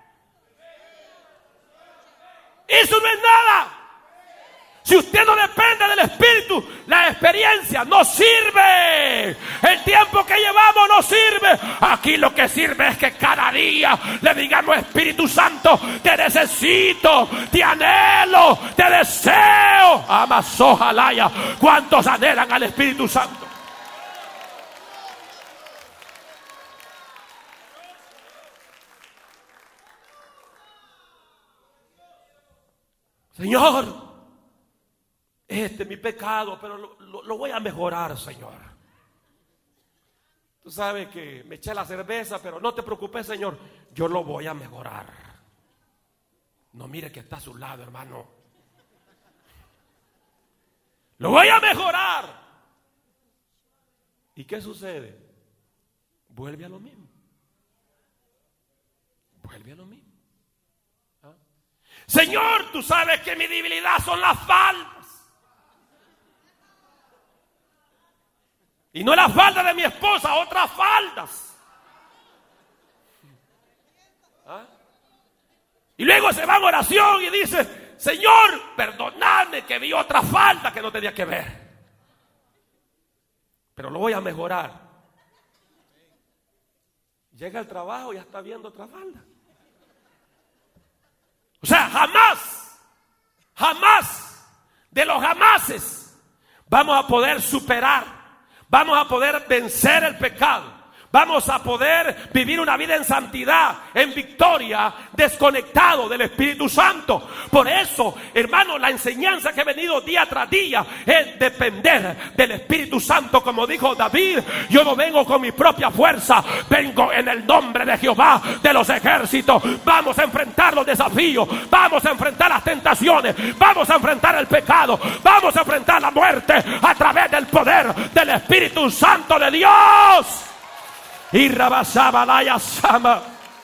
Eso no es nada. Si usted no depende del Espíritu, la experiencia no sirve. El tiempo que llevamos no sirve. Aquí lo que sirve es que cada día le digamos: Espíritu Santo, te necesito, te anhelo, te deseo. Amas, ojalá. ¿Cuántos anhelan al Espíritu Santo? Señor, este es mi pecado, pero lo, lo, lo voy a mejorar, Señor. Tú sabes que me eché la cerveza, pero no te preocupes, Señor, yo lo voy a mejorar. No mire que está a su lado, hermano. Lo voy a mejorar. ¿Y qué sucede? Vuelve a lo mismo. Vuelve a lo mismo. ¿Ah? Señor, tú sabes que mi debilidad son las faldas. Y no la falda de mi esposa, otras faldas. ¿Ah? Y luego se va a oración y dice: Señor, perdóname que vi otra falda que no tenía que ver, pero lo voy a mejorar. Llega al trabajo y ya está viendo otra falda. O sea, jamás, jamás, de los jamases, vamos a poder superar, vamos a poder vencer el pecado. Vamos a poder vivir una vida en santidad, en victoria, desconectado del Espíritu Santo. Por eso, hermano, la enseñanza que he venido día tras día es depender del Espíritu Santo. Como dijo David: yo no vengo con mi propia fuerza, vengo en el nombre de Jehová de los ejércitos. Vamos a enfrentar los desafíos, vamos a enfrentar las tentaciones, vamos a enfrentar el pecado, vamos a enfrentar la muerte a través del poder del Espíritu Santo de Dios. Y Rabasabalaya Sama.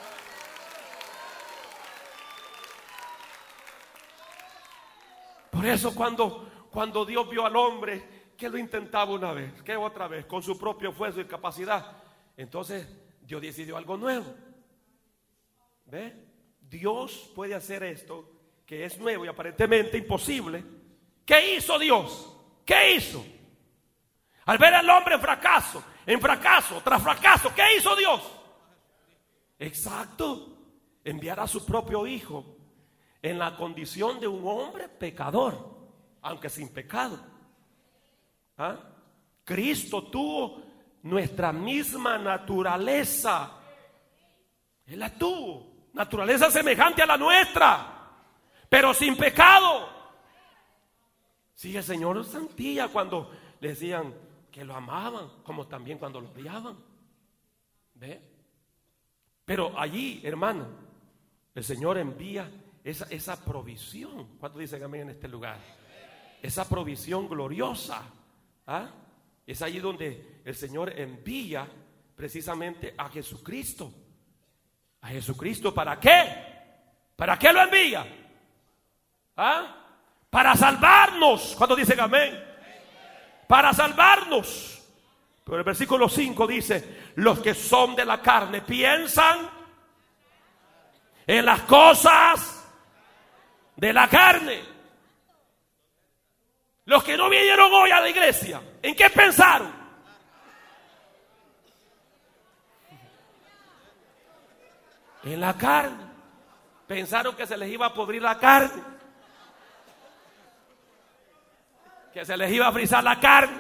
Por eso cuando, cuando Dios vio al hombre que lo intentaba una vez, que otra vez, con su propio esfuerzo y capacidad, entonces Dios decidió algo nuevo. ¿Ve? Dios puede hacer esto que es nuevo y aparentemente imposible. ¿Qué hizo Dios? ¿Qué hizo? Al ver al hombre en fracaso, en fracaso, tras fracaso, ¿qué hizo Dios? Exacto, enviar a su propio hijo en la condición de un hombre pecador, aunque sin pecado. ¿Ah? Cristo tuvo nuestra misma naturaleza. Él la tuvo, naturaleza semejante a la nuestra, pero sin pecado. Sí, el Señor sentía cuando le decían que lo amaban, como también cuando lo odiaban. ¿Ve? Pero allí, hermano, el Señor envía esa, esa provisión. ¿Cuántos dicen amén en este lugar? Esa provisión gloriosa. ¿Ah? Es allí donde el Señor envía precisamente a Jesucristo. A Jesucristo, ¿para qué? ¿Para qué lo envía? ¿Ah? Para salvarnos. ¿Cuántos dicen amén? Para salvarnos. Pero el versículo cinco dice: los que son de la carne piensan en las cosas de la carne. Los que no vinieron hoy a la iglesia, ¿en qué pensaron? En la carne. Pensaron que se les iba a podrir la carne, que se les iba a frizar la carne.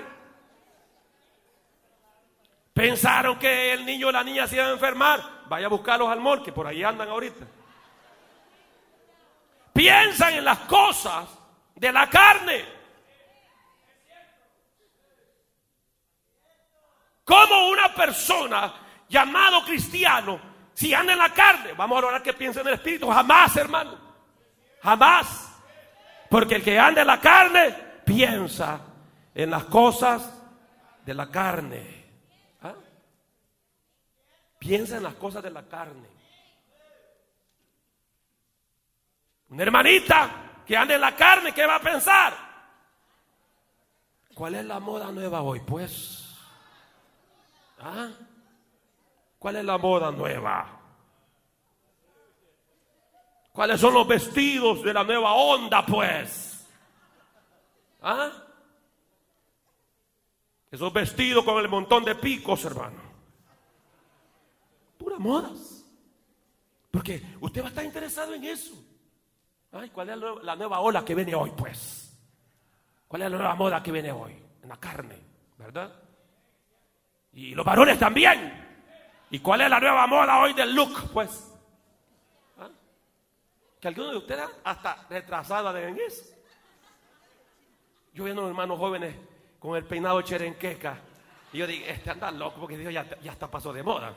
Pensaron que el niño o la niña se iban a enfermar. Vaya a buscarlos al mall, que por ahí andan ahorita. Piensan en las cosas de la carne. ¿Cómo una persona llamado cristiano, si anda en la carne? Vamos a orar que piense en el Espíritu. Jamás, hermano. Jamás. Porque el que anda en la carne piensa en las cosas de la carne. ¿Ah? Piensa en las cosas de la carne. Una hermanita que anda en la carne, ¿qué va a pensar? ¿Cuál es la moda nueva hoy? Pues ¿Ah? ¿cuál es la moda nueva? ¿Cuáles son los vestidos de la nueva onda, pues? ¿Ah? Esos vestidos con el montón de picos, hermano. Puras modas. Porque usted va a estar interesado en eso. Ay, ¿cuál es la nueva ola que viene hoy, pues? ¿Cuál es la nueva moda que viene hoy? En la carne, ¿verdad? Y los varones también. ¿Y cuál es la nueva moda hoy del look, pues? ¿Ah? Que algunos de ustedes hasta retrasados en eso. Yo viendo a los hermanos jóvenes con el peinado cherenqueca, y yo digo, este anda loco, porque digo, ya, ya está pasó de moda.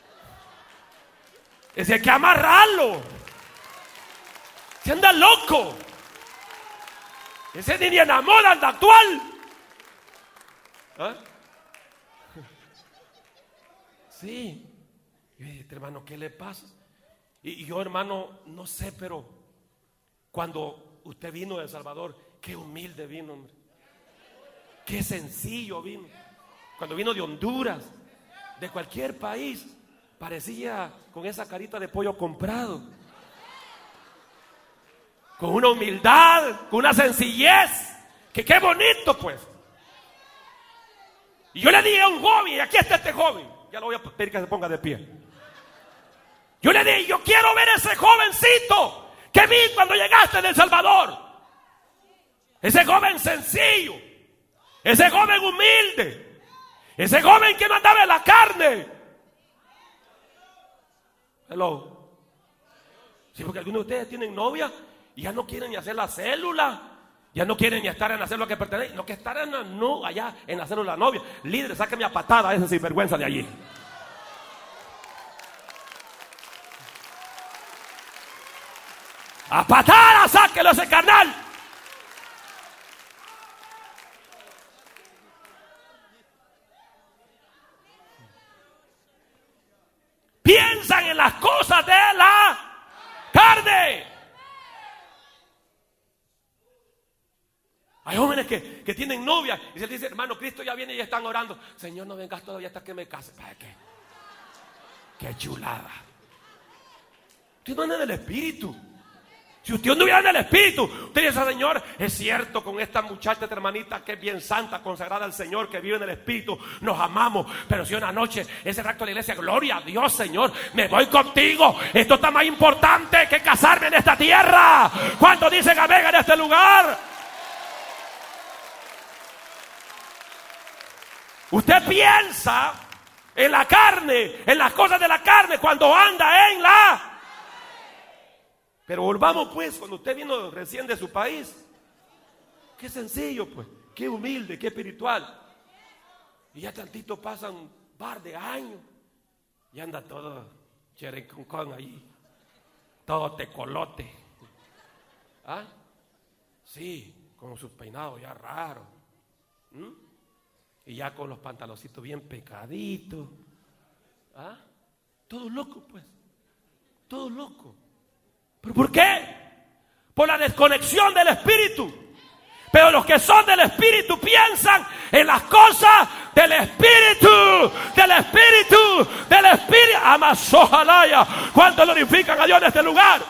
Es hay que amarrarlo. Se anda loco. Ese ni enamora, anda actual. ¿Ah? Sí. Y yo dije, hermano, ¿qué le pasa? Y, y yo, hermano, no sé, pero cuando usted vino de El Salvador, qué humilde vino, hombre. Qué sencillo vino. Cuando vino de Honduras, de cualquier país, parecía con esa carita de pollo comprado. Con una humildad, con una sencillez, que qué bonito, pues. Y yo le dije a un joven, y aquí está este joven, ya lo voy a pedir que se ponga de pie. Yo le dije, yo quiero ver ese jovencito que vi cuando llegaste de El Salvador. Ese joven sencillo, ese joven humilde, ese joven que no andaba en la carne. Hello. Sí, porque algunos de ustedes tienen novia y ya no quieren ni hacer la célula, ya no quieren ni estar en la célula que pertenece, no que estar en la, no, allá en la célula de la novia. Líder, sáqueme a patada a ese sinvergüenza de allí. A patada, sáquelo a ese carnal. Piensan en las cosas de la carne. Hay jóvenes que, que tienen novia y se les dice, hermano, Cristo ya viene y están orando. Señor, no vengas todavía hasta que me case. ¿Para qué? Qué chulada. Usted no anda del Espíritu. Si usted no vive en el Espíritu, usted dice, Señor, es cierto, con esta muchacha, esta hermanita que es bien santa, consagrada al Señor, que vive en el Espíritu, nos amamos. Pero si una noche ese tracto de la iglesia, gloria a Dios, Señor, me voy contigo. Esto está más importante que casarme en esta tierra. ¿Cuántos dicen amén en este lugar? Usted piensa en la carne, en las cosas de la carne, cuando anda en la... Pero volvamos pues, cuando usted vino recién de su país, qué sencillo pues, qué humilde, qué espiritual. Y ya tantito pasan un par de años y anda todo chereconcón ahí, todo tecolote. ¿Ah? Sí, con sus peinados ya raros. ¿Mm? Y ya con los pantaloncitos bien pecaditos. ¿Ah? Todo loco pues, todo loco. ¿Pero por qué? Por la desconexión del Espíritu. Pero los que son del Espíritu piensan en las cosas del Espíritu, del Espíritu, del Espíritu. Amazojalaya. ¿Cuántos glorifican a Dios en este lugar?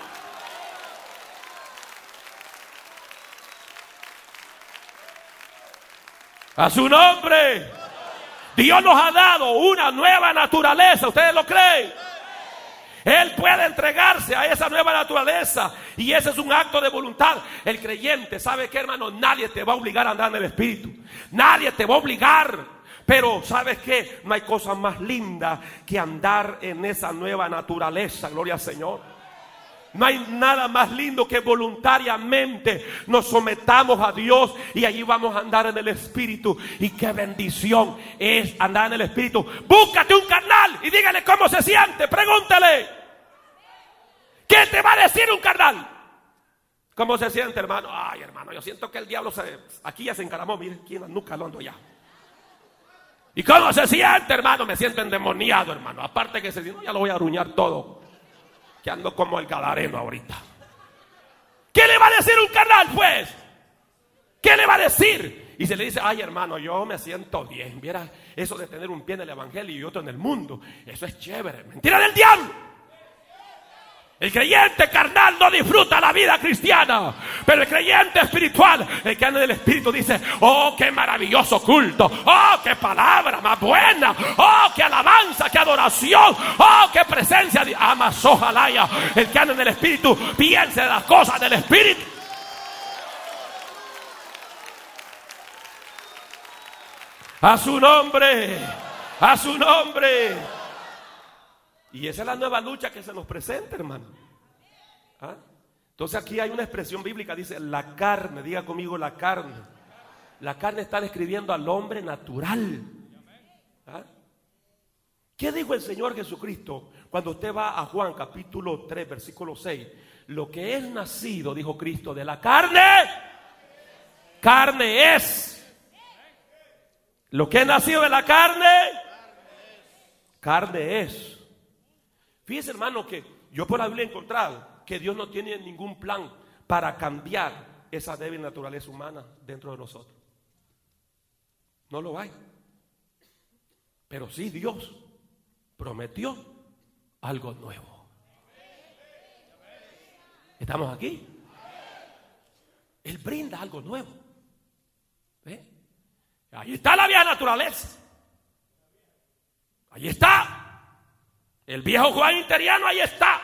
A su nombre. Dios nos ha dado una nueva naturaleza. ¿Ustedes lo creen? Él puede entregarse a esa nueva naturaleza y ese es un acto de voluntad. El creyente, ¿sabe qué, hermano? Nadie te va a obligar a andar en el Espíritu. Nadie te va a obligar. Pero ¿sabes qué? No hay cosa más linda que andar en esa nueva naturaleza. Gloria al Señor. No hay nada más lindo que voluntariamente nos sometamos a Dios y allí vamos a andar en el Espíritu. Y qué bendición es andar en el Espíritu. Búscate un carnal y dígale cómo se siente. Pregúntale. ¿Qué te va a decir un carnal? ¿Cómo se siente, hermano? Ay, hermano, yo siento que el diablo se... Aquí ya se encaramó, mire, aquí en la nuca lo ando ya. ¿Y cómo se siente, hermano? Me siento endemoniado, hermano. Aparte que se dice, no, ya lo voy a arruñar todo. Que ando como el gadareno ahorita. ¿Qué le va a decir un carnal, pues? ¿Qué le va a decir? Y se le dice, ay, hermano, yo me siento bien. Viera eso de tener un pie en el evangelio y otro en el mundo. Eso es chévere. Mentira del diablo. El creyente carnal no disfruta la vida cristiana, pero el creyente espiritual, el que anda en el Espíritu, dice, oh, qué maravilloso culto, oh, qué palabra más buena, oh, qué alabanza, qué adoración, oh, qué presencia de Amazojalaya. El que anda en el Espíritu piensa en las cosas del Espíritu. A su nombre, a su nombre. Y esa es la nueva lucha que se nos presenta, hermano. ¿Ah? Entonces aquí hay una expresión bíblica, dice la carne, diga conmigo la carne. La carne está describiendo al hombre natural. ¿Ah? ¿Qué dijo el Señor Jesucristo cuando usted va a Juan capítulo tres, versículo seis? Lo que es nacido, dijo Cristo, de la carne, carne es. Lo que es nacido de la carne, carne es. Fíjese, hermano, que yo por la Biblia he encontrado que Dios no tiene ningún plan para cambiar esa débil naturaleza humana dentro de nosotros. No lo hay. Pero sí Dios prometió algo nuevo. ¿Estamos aquí? Él brinda algo nuevo. ¿Eh? Ahí está la vieja naturaleza. Ahí está. El viejo Juan interiano, ahí está.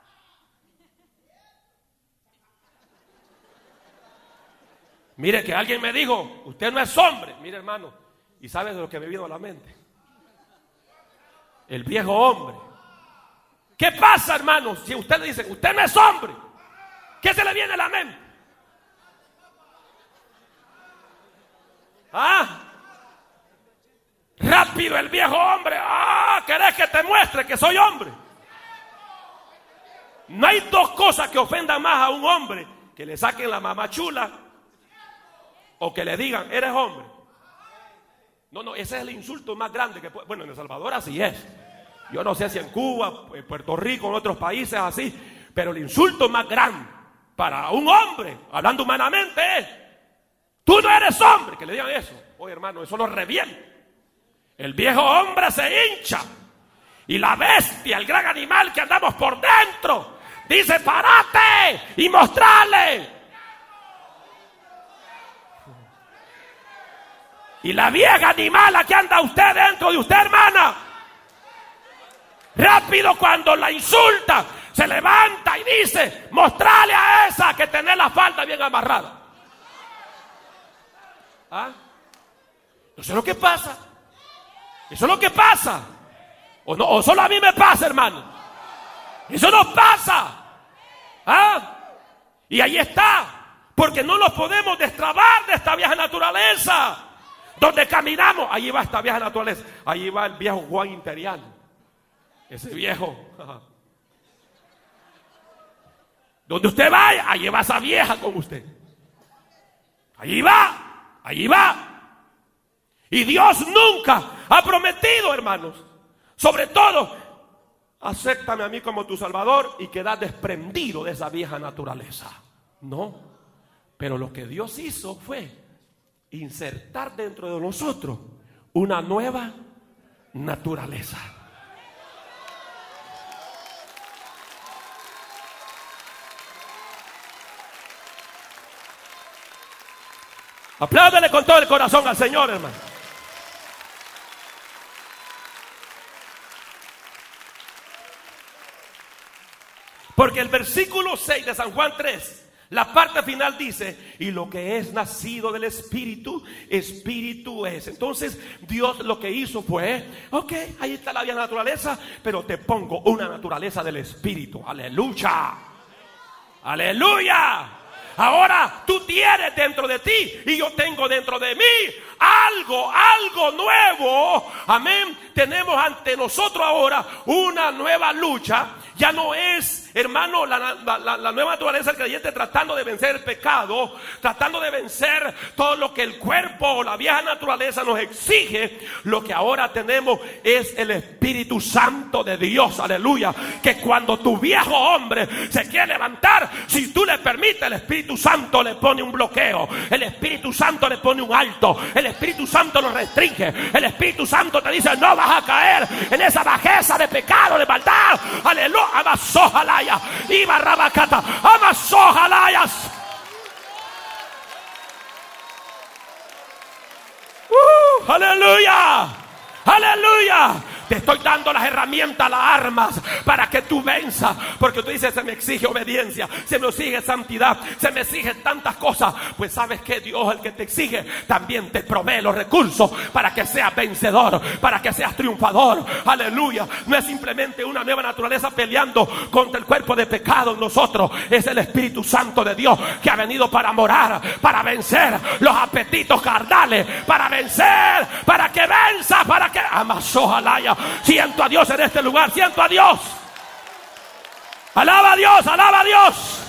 Mire que alguien me dijo, usted no es hombre. Mire, hermano, y sabe de lo que me vino a la mente. El viejo hombre. ¿Qué pasa, hermano? Si usted le dice, usted no es hombre, ¿qué se le viene a la mente? ¿Ah? Rápido el viejo hombre. Ah, ¿querés que te muestre que soy hombre? No hay dos cosas que ofendan más a un hombre: que le saquen la mamachula o que le digan, eres hombre. No, no, ese es el insulto más grande que puede. Bueno, en El Salvador así es. Yo no sé si en Cuba, en Puerto Rico, en otros países así, pero el insulto más grande para un hombre, hablando humanamente, es: tú no eres hombre. Que le digan eso. Oye, hermano, eso lo revienta. El viejo hombre se hincha y la bestia, el gran animal que andamos por dentro, dice: párate y mostrarle. Y la vieja animala que anda usted dentro de usted, hermana, rápido cuando la insulta, se levanta y dice: mostrale a esa que tiene la falda bien amarrada. ¿Ah? Eso es lo que pasa. Eso es lo que pasa. O, no, o solo a mí me pasa, hermano. Eso nos pasa. ¿Ah? Y ahí está. Porque no nos podemos destrabar de esta vieja naturaleza. Donde caminamos, allí va esta vieja naturaleza. Allí va el viejo Juan Imperial. Ese viejo. Donde usted vaya, allí va esa vieja con usted. Allí va, allí va. Y Dios nunca ha prometido, hermanos, sobre todo, acéptame a mí como tu Salvador y quedar desprendido de esa vieja naturaleza. No, pero lo que Dios hizo fue insertar dentro de nosotros una nueva naturaleza. Apláudele con todo el corazón al Señor, hermano. Porque el versículo seis de San Juan tres, la parte final dice: y lo que es nacido del Espíritu, Espíritu es. Entonces Dios lo que hizo fue: ok, ahí está la vieja naturaleza, pero te pongo una naturaleza del Espíritu. Aleluya, aleluya. Ahora tú tienes dentro de ti y yo tengo dentro de mí algo, algo nuevo. Amén. Tenemos ante nosotros ahora una nueva lucha. Ya no es, hermano, la, la, la nueva naturaleza del creyente tratando de vencer el pecado, tratando de vencer todo lo que el cuerpo o la vieja naturaleza nos exige. Lo que ahora tenemos es el Espíritu Santo de Dios, aleluya. Que cuando tu viejo hombre se quiere levantar, si tú le permites, el Espíritu Santo le pone un bloqueo, el Espíritu Santo le pone un alto, el Espíritu Santo lo restringe, el Espíritu Santo te dice: no vas a caer en esa bajeza de pecado, de maldad, aleluya. Amasojalaya, Iba Rabacata, Amasojalayas. Uh, aleluya, aleluya. Te estoy dando las herramientas, las armas para que tú venzas. Porque tú dices: se me exige obediencia, se me exige santidad, se me exige tantas cosas. Pues sabes que Dios, el que te exige, también te provee los recursos para que seas vencedor, para que seas triunfador. Aleluya. No es simplemente una nueva naturaleza peleando contra el cuerpo de pecado en nosotros. Es el Espíritu Santo de Dios que ha venido para morar, para vencer los apetitos carnales, para vencer, para que venza, para que amasojalaya. Siento a Dios en este lugar, siento a Dios. Alaba a Dios, alaba a Dios.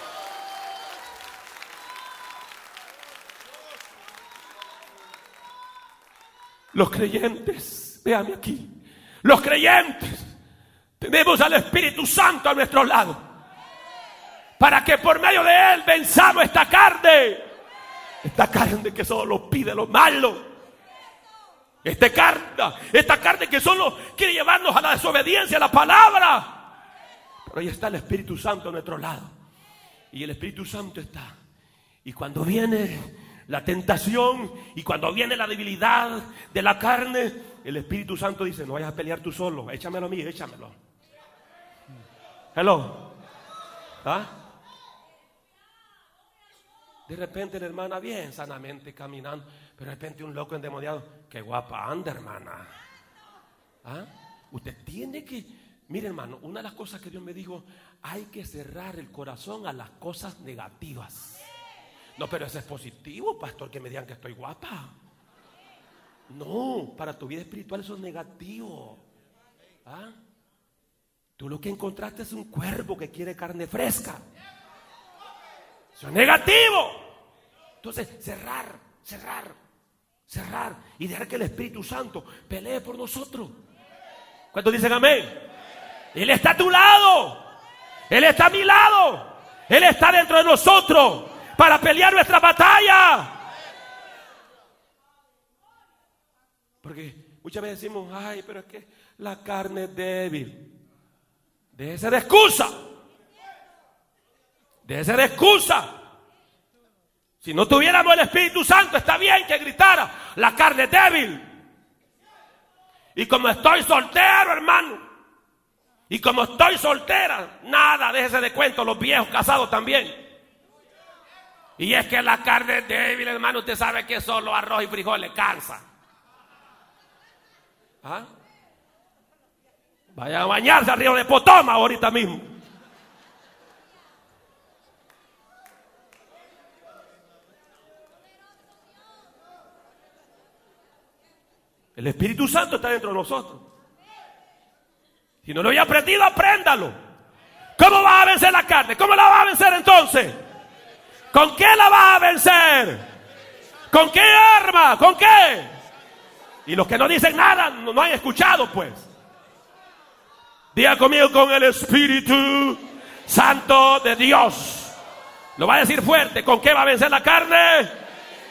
Los creyentes, véame aquí, los creyentes tenemos al Espíritu Santo a nuestro lado para que por medio de Él venzamos esta carne, esta carne que solo pide lo malo. Esta carne, esta carne que solo quiere llevarnos a la desobediencia a la palabra. Pero ahí está el Espíritu Santo a nuestro lado. Y el Espíritu Santo está. Y cuando viene la tentación y cuando viene la debilidad de la carne, el Espíritu Santo dice: no vayas a pelear tú solo, échamelo a mí, échamelo. Hello. ¿Ah? De repente la hermana bien sanamente caminando, pero de repente un loco endemoniado: qué guapa anda, hermana. ¿Ah? Usted tiene que, mire, hermano, una de las cosas que Dios me dijo: hay que cerrar el corazón a las cosas negativas. No, pero eso es positivo, pastor, que me digan que estoy guapa. No, para tu vida espiritual eso es negativo. ¿Ah? Tú lo que encontraste es un cuervo que quiere carne fresca. Eso es negativo. Entonces, cerrar, cerrar, cerrar y dejar que el Espíritu Santo pelee por nosotros. ¿Cuántos dicen amén? Él está a tu lado. Él está a mi lado. Él está dentro de nosotros para pelear nuestra batalla. Porque muchas veces decimos: ay, pero es que la carne es débil. Déjese de excusa. Deje de excusa. Si no tuviéramos el Espíritu Santo, está bien que gritara, la carne es débil. Y como estoy soltero, hermano, y como estoy soltera, nada, déjese de cuento, los viejos casados también. Y es que la carne es débil, hermano, usted sabe que solo arroz y frijoles cansa. ¿Ah? Vaya a bañarse al río de Potoma ahorita mismo. El Espíritu Santo está dentro de nosotros. Si no lo había aprendido, apréndalo. ¿Cómo vas a vencer la carne? ¿Cómo la vas a vencer entonces? ¿Con qué la vas a vencer? ¿Con qué arma? ¿Con qué? Y los que no dicen nada no, no han escuchado, pues. Diga conmigo, con el Espíritu Santo de Dios. Lo va a decir fuerte. ¿Con qué va a vencer la carne?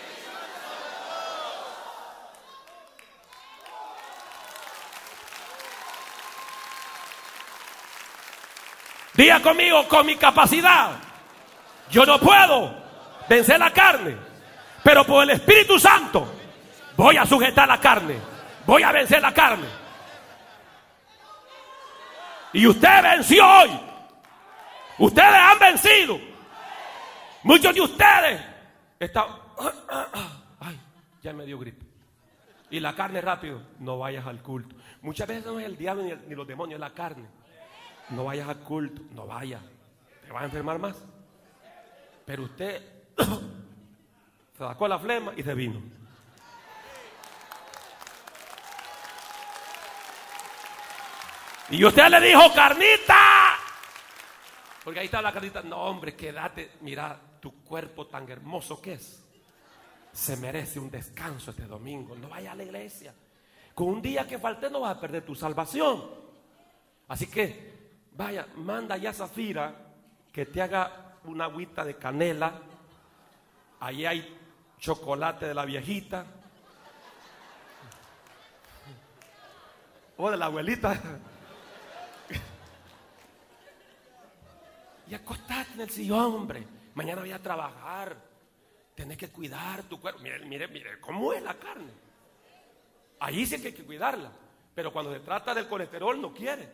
Diga conmigo, con mi capacidad. Yo no puedo vencer la carne, pero por el Espíritu Santo voy a sujetar la carne. Voy a vencer la carne. Y usted venció hoy. Ustedes han vencido. Muchos de ustedes están... Ay, ya me dio gripe. Y la carne rápido. No vayas al culto. Muchas veces no es el diablo ni, el, ni los demonios, es la carne. No vayas al culto, no vayas. Te vas a enfermar más. Pero usted se sacó la flema y se vino. Y usted le dijo, carnita. Porque ahí está la carnita. No, hombre, quédate. Mira, tu cuerpo tan hermoso que es. Se merece un descanso este domingo. No vayas a la iglesia. Con un día que falte no vas a perder tu salvación. Así que vaya, manda ya a Zafira que te haga una agüita de canela. Ahí hay chocolate de la viejita o de la abuelita. Y acostate en el sillón, hombre. Mañana voy a trabajar. Tenés que cuidar tu cuerpo. Mire, mire, mire, ¿cómo es la carne? Ahí sí que hay que cuidarla. Pero cuando se trata del colesterol no quiere.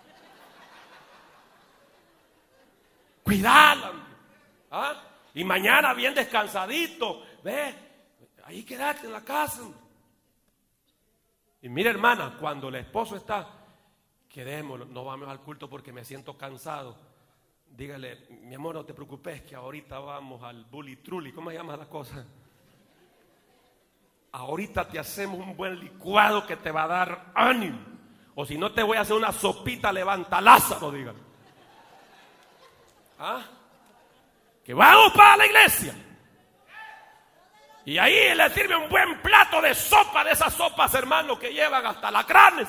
Cuidarla. ¿Ah? Y mañana bien descansadito. Ve, ahí quédate en la casa. Y mire, hermana, cuando el esposo está, quedémoslo, no vamos al culto porque me siento cansado. Dígale, mi amor, no te preocupes que ahorita vamos al bully trulli. ¿Cómo se llama la cosa? Ahorita te hacemos un buen licuado que te va a dar ánimo. O si no, te voy a hacer una sopita levanta Lázaro, dígale. ¿Ah? Que vamos para la iglesia. Y ahí le sirve un buen plato de sopa, de esas sopas, hermano, que llevan hasta alacranes.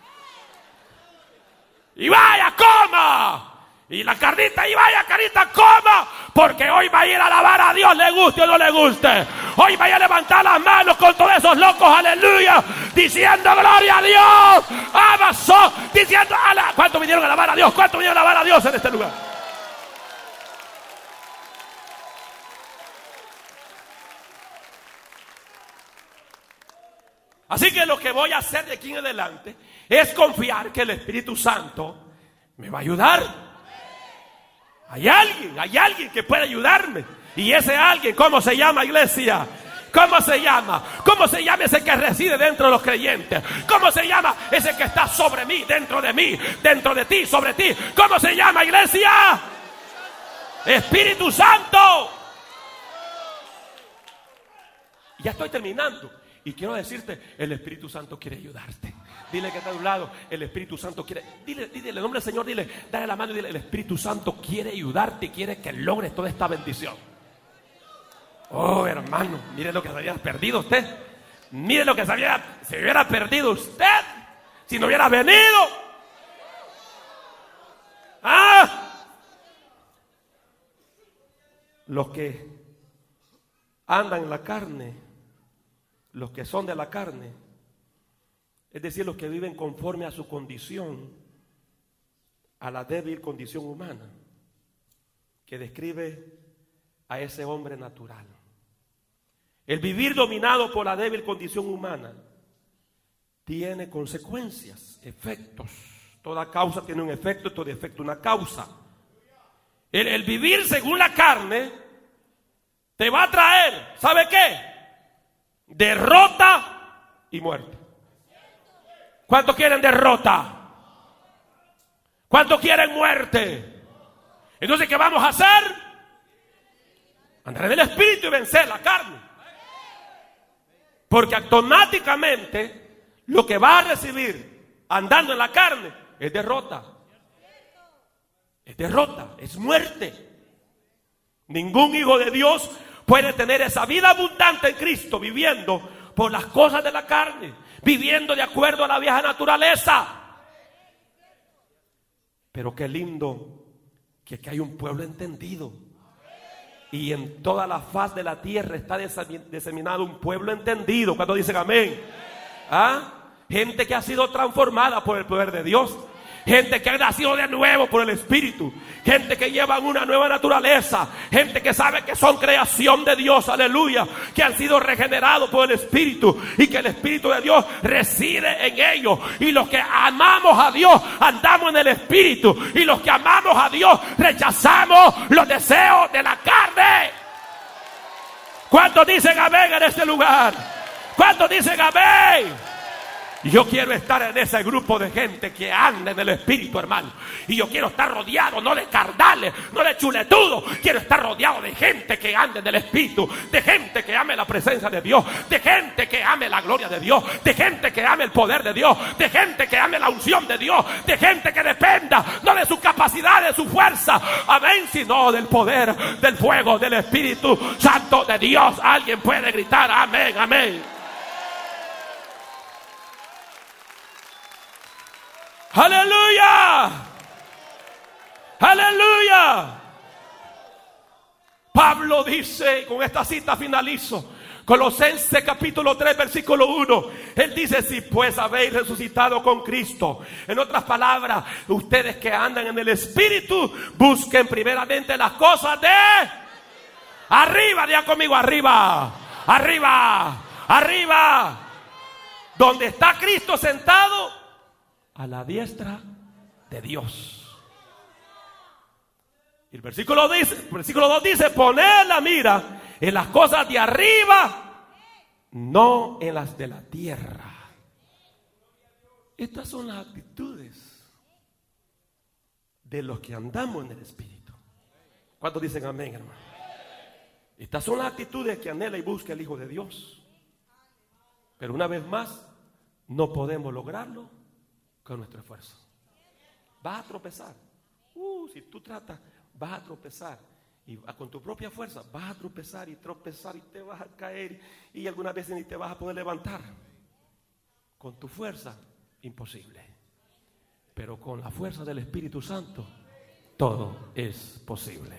Y vaya, coma. Y la carnita, y vaya, carnita, coma. Porque hoy va a ir a alabar a Dios, le guste o no le guste. Hoy vaya a levantar las manos con todos esos locos, aleluya. Diciendo gloria a Dios. Amasó, diciendo, ala. ¿Cuántos vinieron a alabar a Dios? ¿Cuántos vinieron a alabar a Dios en este lugar? Así que lo que voy a hacer de aquí en adelante es confiar que el Espíritu Santo me va a ayudar. Hay alguien, hay alguien que puede ayudarme. Y ese alguien, ¿cómo se llama, iglesia? ¿Cómo se llama? ¿Cómo se llama ese que reside dentro de los creyentes? ¿Cómo se llama ese que está sobre mí, dentro de mí, dentro de ti, sobre ti? ¿Cómo se llama, iglesia? Espíritu Santo. Ya estoy terminando. Y quiero decirte, el Espíritu Santo quiere ayudarte. Dile que está a un lado, el Espíritu Santo quiere, dile, dile, en el nombre del Señor, dile, dale la mano y dile, el Espíritu Santo quiere ayudarte y quiere que logres toda esta bendición. Oh, hermano, mire lo que se había perdido usted. Mire lo que se, había, se hubiera perdido usted si no hubiera venido. Ah, los que andan en la carne, los que son de la carne, es decir, los que viven conforme a su condición, a la débil condición humana, que describe a ese hombre natural. El vivir dominado por la débil condición humana tiene consecuencias, efectos. Toda causa tiene un efecto, todo efecto una causa. El, el vivir según la carne te va a traer, ¿sabe qué? Derrota y muerte. ¿Cuántos quieren derrota? ¿Cuántos quieren muerte? Entonces, ¿qué vamos a hacer? Andar en el espíritu y vencer la carne. Porque automáticamente lo que va a recibir andando en la carne es derrota. Es derrota, es muerte. Ningún hijo de Dios puede tener esa vida abundante en Cristo viviendo por las cosas de la carne, viviendo de acuerdo a la vieja naturaleza. Pero qué lindo que aquí hay un pueblo entendido. Y en toda la faz de la tierra está diseminado un pueblo entendido. ¿Cuántos dicen amén? ¿Ah? Gente que ha sido transformada por el poder de Dios. Gente que ha nacido de nuevo por el Espíritu. Gente que lleva una nueva naturaleza. Gente que sabe que son creación de Dios, aleluya. Que han sido regenerados por el Espíritu. Y que el Espíritu de Dios reside en ellos. Y los que amamos a Dios andamos en el Espíritu. Y los que amamos a Dios rechazamos los deseos de la carne. ¿Cuántos dicen amén en este lugar? ¿Cuántos dicen amén? Yo quiero estar en ese grupo de gente que anda en el Espíritu, hermano. Y yo quiero estar rodeado, no de carnales, no de chuletudos. Quiero estar rodeado de gente que ande en el Espíritu. De gente que ame la presencia de Dios. De gente que ame la gloria de Dios. De gente que ame el poder de Dios. De gente que ame la unción de Dios. De gente que dependa, no de su capacidad, de su fuerza. Amén, sino del poder, del fuego, del Espíritu Santo de Dios. Alguien puede gritar amén, amén. ¡Aleluya! ¡Aleluya! Pablo dice, con esta cita finalizo, Colosenses capítulo tres versículo uno. Él dice: si pues habéis resucitado con Cristo. En otras palabras, ustedes que andan en el Espíritu, busquen primeramente las cosas de arriba. Diga conmigo: arriba, arriba, arriba. Donde está Cristo sentado a la diestra de Dios. El versículo dice, el versículo dos dice: poned la mira en las cosas de arriba, no en las de la tierra. Estas son las actitudes de los que andamos en el Espíritu. ¿Cuántos dicen amén, hermano? Estas son las actitudes que anhela y busca el Hijo de Dios. Pero una vez más, no podemos lograrlo con nuestro esfuerzo. Vas a tropezar. Uh, si tú tratas, vas a tropezar. Y con tu propia fuerza vas a tropezar y tropezar y te vas a caer. Y algunas veces ni te vas a poder levantar. Con tu fuerza, imposible. Pero con la fuerza del Espíritu Santo, todo es posible.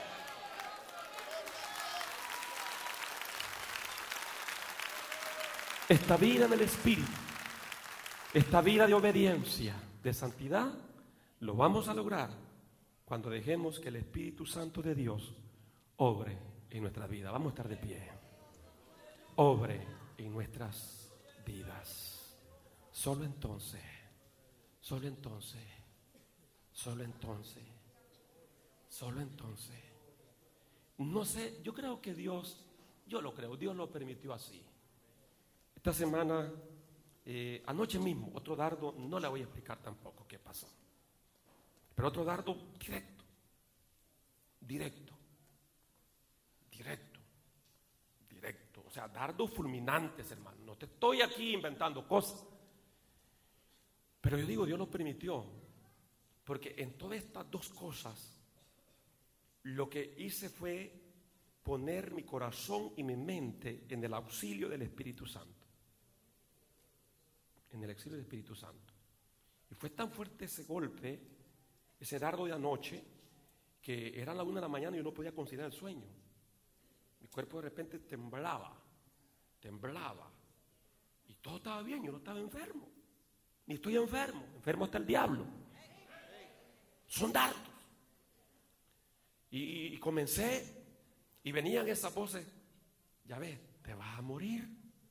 Esta vida en el Espíritu, esta vida de obediencia, de santidad, lo vamos a lograr cuando dejemos que el Espíritu Santo de Dios obre en nuestra vida. Vamos a estar de pie. Obre en nuestras vidas. Solo entonces, solo entonces, solo entonces, solo entonces. No sé, yo creo que Dios, yo lo creo, Dios lo permitió así. Esta semana, eh, anoche mismo, otro dardo, no le voy a explicar tampoco qué pasó. Pero otro dardo directo, directo, directo, directo. O sea, dardos fulminantes, hermano. No te estoy aquí inventando cosas. Pero yo digo, Dios lo permitió. Porque en todas estas dos cosas, lo que hice fue poner mi corazón y mi mente en el auxilio del Espíritu Santo. En el auxilio del Espíritu Santo. Y fue tan fuerte ese golpe, ese dardo de anoche, que era la una de la mañana y yo no podía conciliar el sueño. Mi cuerpo de repente temblaba, temblaba. Y todo estaba bien, yo no estaba enfermo. Ni estoy enfermo, enfermo hasta el diablo. Son dardos. Y, y comencé, y venían esas voces, ya ves, te vas a morir.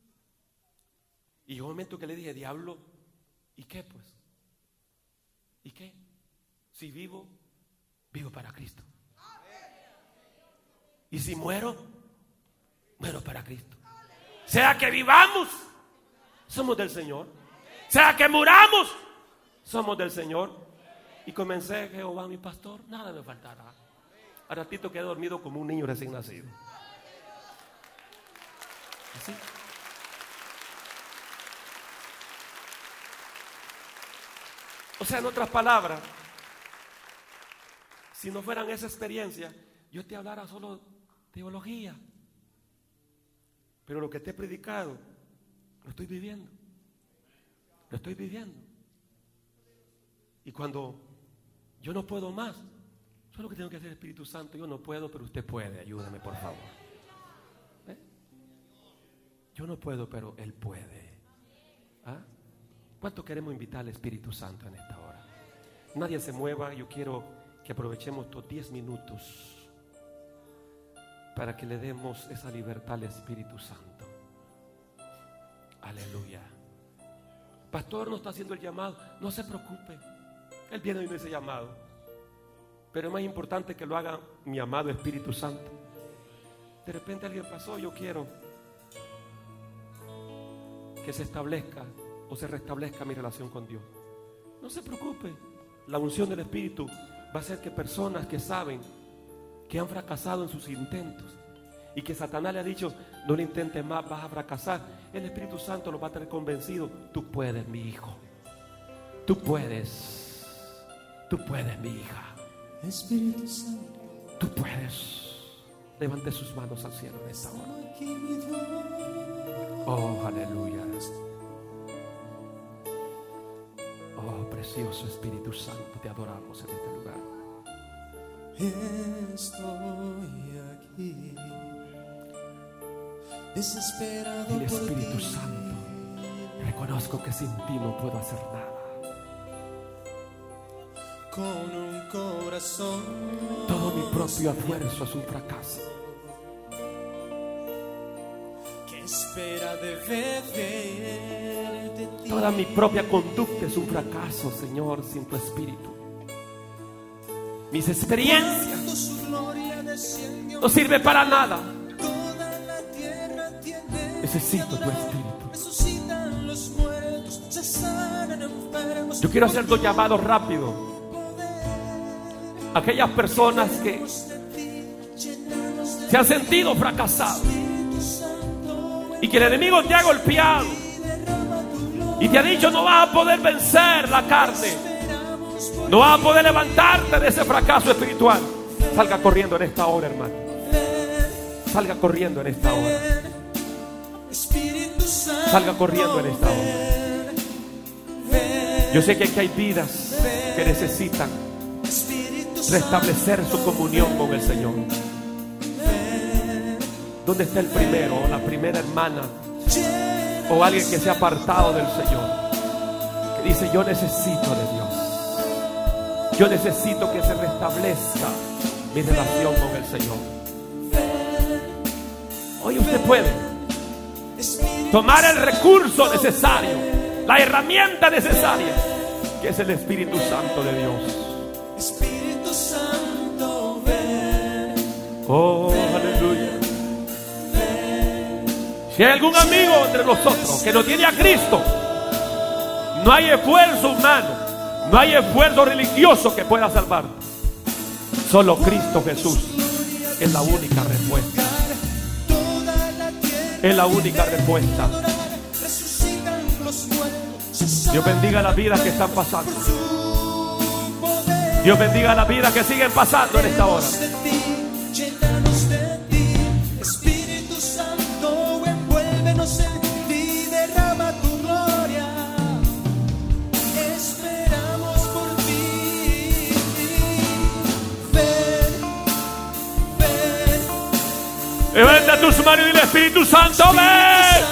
Y llegó un momento que le dije, diablo, ¿y qué pues? ¿Y qué? Si vivo, vivo para Cristo. Y si muero, muero para Cristo. Sea que vivamos, somos del Señor. Sea que muramos, somos del Señor. Y comencé, Jehová mi pastor, nada me faltará. Al ratito quedé dormido como un niño recién nacido. Así. O sea, en otras palabras, si no fueran esa experiencia, yo te hablara solo teología. Pero lo que te he predicado, lo estoy viviendo. Lo estoy viviendo. Y cuando yo no puedo más, eso es lo que tengo que hacer, Espíritu Santo. Yo no puedo, pero usted puede. Ayúdame, por favor. ¿Eh? Yo no puedo, pero Él puede. ¿Ah? ¿Cuánto queremos invitar al Espíritu Santo en esta hora? Nadie se mueva. Yo quiero que aprovechemos estos diez minutos para que le demos esa libertad al Espíritu Santo. Aleluya. Pastor, no está haciendo el llamado. No se preocupe. Él viene a ese llamado. Pero es más importante que lo haga mi amado Espíritu Santo. De repente alguien pasó, yo quiero que se establezca o se restablezca mi relación con Dios. No se preocupe. La unción del Espíritu va a hacer que personas que saben que han fracasado en sus intentos y que Satanás le ha dicho, no lo intentes más, vas a fracasar, el Espíritu Santo lo va a tener convencido. Tú puedes, mi hijo. Tú puedes. Tú puedes, mi hija. Espíritu Santo, tú puedes. Levante sus manos al cielo en esta hora. Oh, aleluya. Oh, precioso Espíritu Santo, te adoramos en este lugar. Estoy aquí, desesperado. El Espíritu Santo, reconozco que sin ti no puedo hacer nada. Con un corazón, todo mi propio esfuerzo es un fracaso. ¿Qué espera de beber de ti? Toda mi propia conducta es un fracaso, Señor, sin tu Espíritu. Mis experiencias no sirven para nada. Necesito tu Espíritu. Yo quiero hacer dos llamados rápidos. Aquellas personas que se han sentido fracasados y que el enemigo te ha golpeado y te ha dicho no vas a poder vencer la carne, no vas a poder levantarte de ese fracaso espiritual. Salga corriendo en esta hora, hermano. Salga corriendo en esta hora. Salga corriendo en esta hora. Yo sé que aquí hay vidas que necesitan restablecer su comunión con el Señor. ¿Dónde está el primero o la primera hermana o alguien que se ha apartado del Señor, que dice yo necesito de Dios, yo necesito que se restablezca mi relación con el Señor? Hoy usted puede tomar el recurso necesario, la herramienta necesaria, que es el Espíritu Santo de Dios. Oh, aleluya. Si hay algún amigo entre nosotros que no tiene a Cristo, no hay esfuerzo humano, no hay esfuerzo religioso que pueda salvar. Solo Cristo Jesús es la única respuesta. Es la única respuesta. Dios bendiga las vidas que están pasando. Dios bendiga las vidas que siguen pasando en esta hora. Llénanos de ti, Espíritu Santo, envuélvenos en ti, derrama tu gloria. Esperamos por ti. Ven, ven. Levanta tus manos y dile Espíritu Santo, ven.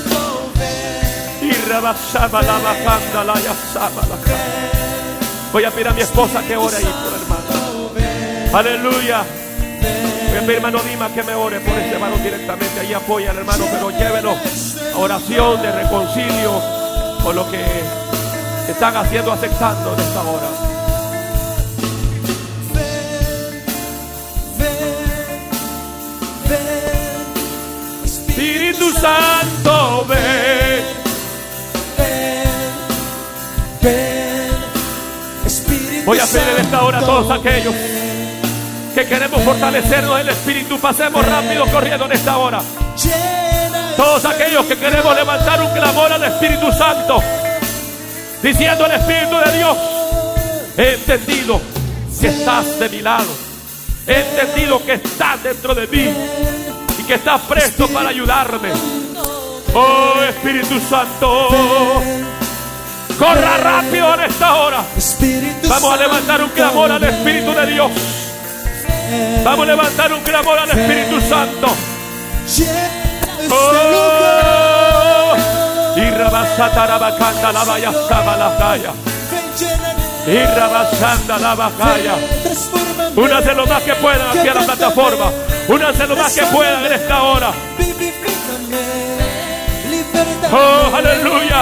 Y rebasaba la bajanda, la yasaba la cara. Voy a pedir a mi esposa que ore ahí por el hermano. Aleluya. Voy a pedir, hermano Dima, que me ore por este hermano directamente. Ahí apoya al hermano, pero llévelo a oración de reconcilio por lo que están haciendo, aceptando en esta hora. Espíritu Santo, ven, ven, ven, Espíritu voy a pedir en esta hora a todos aquellos que queremos fortalecernos en el Espíritu. Pasemos rápido corriendo en esta hora. Todos aquellos que queremos levantar un clamor al Espíritu Santo, diciendo al Espíritu de Dios: he entendido que estás de mi lado, he entendido que estás dentro de mí y que estás presto para ayudarme. Oh Espíritu Santo, corra rápido en esta hora. Vamos a levantar un clamor al Espíritu de Dios. Vamos a levantar un clamor al Espíritu Santo. Oh, y rabasata rabacanda la vaya saba la talla. Y rabasanda la bajaya. Únanse lo más que puedan aquí a la plataforma. Únanse lo más que puedan en esta hora. Oh, aleluya.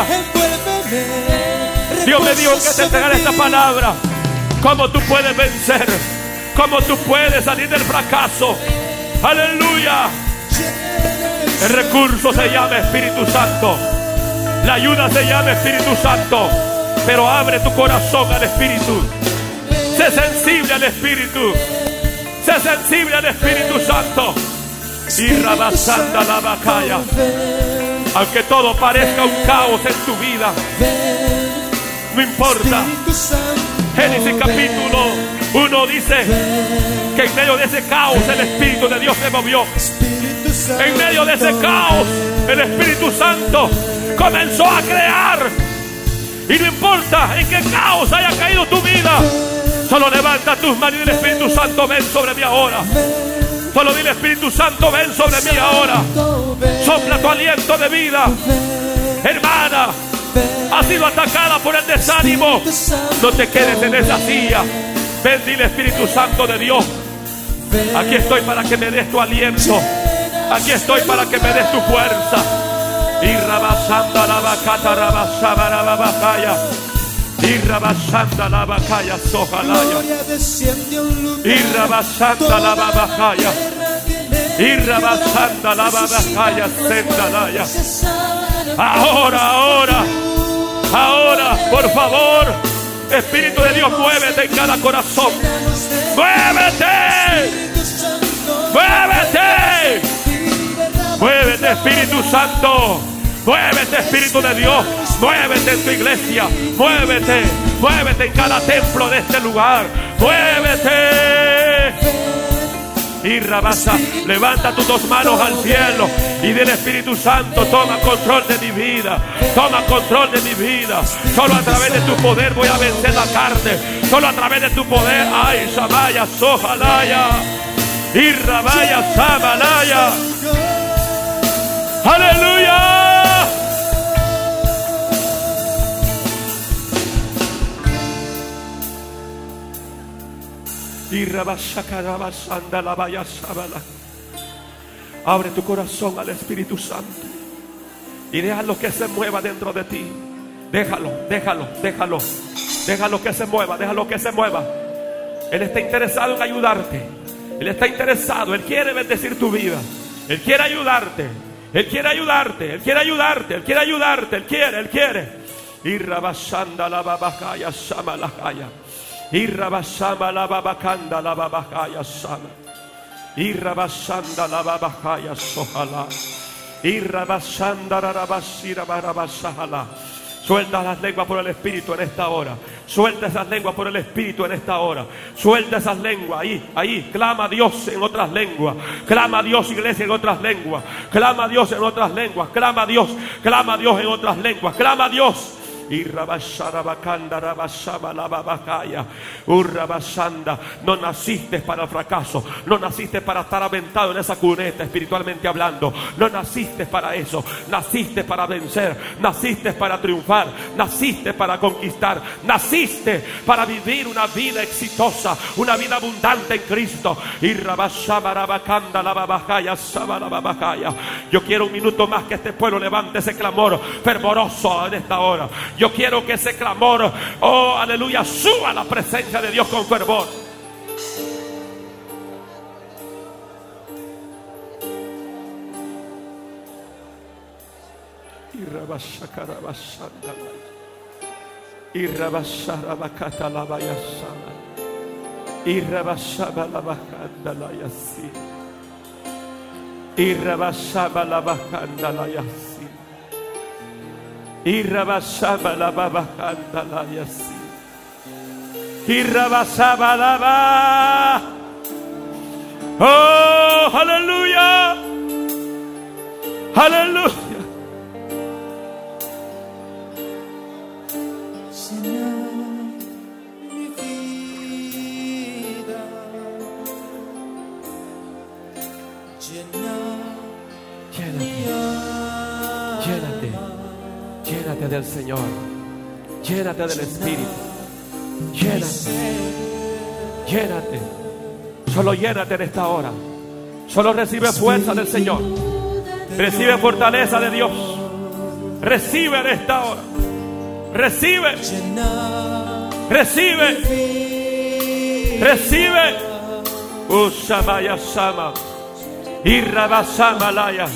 Dios me dijo que te entregara esta palabra. Cómo tú puedes vencer, cómo tú puedes salir del fracaso. Aleluya. El recurso se llama Espíritu Santo. La ayuda se llama Espíritu Santo. Pero abre tu corazón al Espíritu. Sé sensible al Espíritu. Sé sensible al Espíritu Santo. Y rabasanda la bacaya. Aunque todo parezca un caos en tu vida, no importa. Génesis capítulo uno dice que en medio de ese caos el Espíritu de Dios se movió. En medio de ese caos el Espíritu Santo comenzó a crear. Y no importa en qué caos haya caído tu vida, solo levanta tus manos y dile: Espíritu Santo, ven sobre mí ahora. Solo dile: Espíritu Santo, ven sobre mí ahora. Sopla tu aliento de vida. Hermana, has sido atacada por el desánimo. No te quedes en esa silla. Ven, dile: Espíritu Santo de Dios, aquí estoy para que me des tu aliento. Aquí estoy para que me des tu fuerza. Y rabasanda la bacata, rabasaba la babacaya. Y rabasanda la bacaya, sojalaya. Y rabasanda la babacaya. Y rabasanda la babacaya, sendalaya. Ahora, ahora, ahora, por favor, Espíritu de Dios, muévete en cada corazón. Muévete, muévete, muévete, Espíritu Santo. Muévete, Espíritu de Dios. Muévete en tu iglesia. Muévete, muévete en cada templo de este lugar. Muévete. Y rabasa, levanta tus dos manos al cielo y dile: Espíritu Santo, toma control de mi vida. Toma control de mi vida. Solo a través de tu poder voy a vencer la carne. Solo a través de tu poder. Ay, Samaya, Sojalaya. Y rabaya, Samalaya. Aleluya. Y rabashakarabasanda la vaya sabala. Abre tu corazón al Espíritu Santo y déjalo que se mueva dentro de ti. Déjalo, déjalo, déjalo. Déjalo que se mueva, déjalo que se mueva. Él está interesado en ayudarte. Él está interesado, Él quiere bendecir tu vida. Él quiere ayudarte. Él quiere ayudarte, Él quiere ayudarte, Él quiere ayudarte, Él quiere, Él quiere. Y rabashanda la babakaya sama la kaya. Y rabashama la babakanda la babakaya sama. Y rabashanda la babakaya sohala. Y rabashanda la rabashira barabasahala. Suelta las lenguas por el Espíritu en esta hora. Suelta esas lenguas por el Espíritu en esta hora. Suelta esas lenguas. Ahí, ahí. Clama a Dios en otras lenguas. Clama a Dios, iglesia, en otras lenguas. Clama a Dios en otras lenguas. Clama a Dios. Clama a Dios en otras lenguas. Clama a Dios. Y rabashara bakanda rabashaba la babakaya. Urrabashanda. No naciste para el fracaso. No naciste para estar aventado en esa cuneta espiritualmente hablando. No naciste para eso. Naciste para vencer. Naciste para triunfar. Naciste para conquistar. Naciste para vivir una vida exitosa. Una vida abundante en Cristo. Y rabashaba rabakanda la babakaya saba la babakaya. Yo quiero un minuto más que este pueblo levante ese clamor fervoroso en esta hora. Yo quiero que ese clamor, oh aleluya, suba a la presencia de Dios con fervor. Y rabashakarabashandala. Y rabasharabakatalabaya. Y rabashabalabakandala yasi. Y rabashabalabakandala yasi. Y rabashaba la babajanda la yasi. Y rabashaba la ba. Oh, aleluya. Aleluya. Llena mi vida. Llena mi alma. Llénate. Llénate del Señor. Llénate del Espíritu. Llénate. Llénate. Solo llénate en esta hora. Solo recibe fuerza del Señor. Recibe fortaleza de Dios. Recibe en esta hora. Recibe. Recibe. Recibe. Ushamaya Sama. Y Rabasama Laya.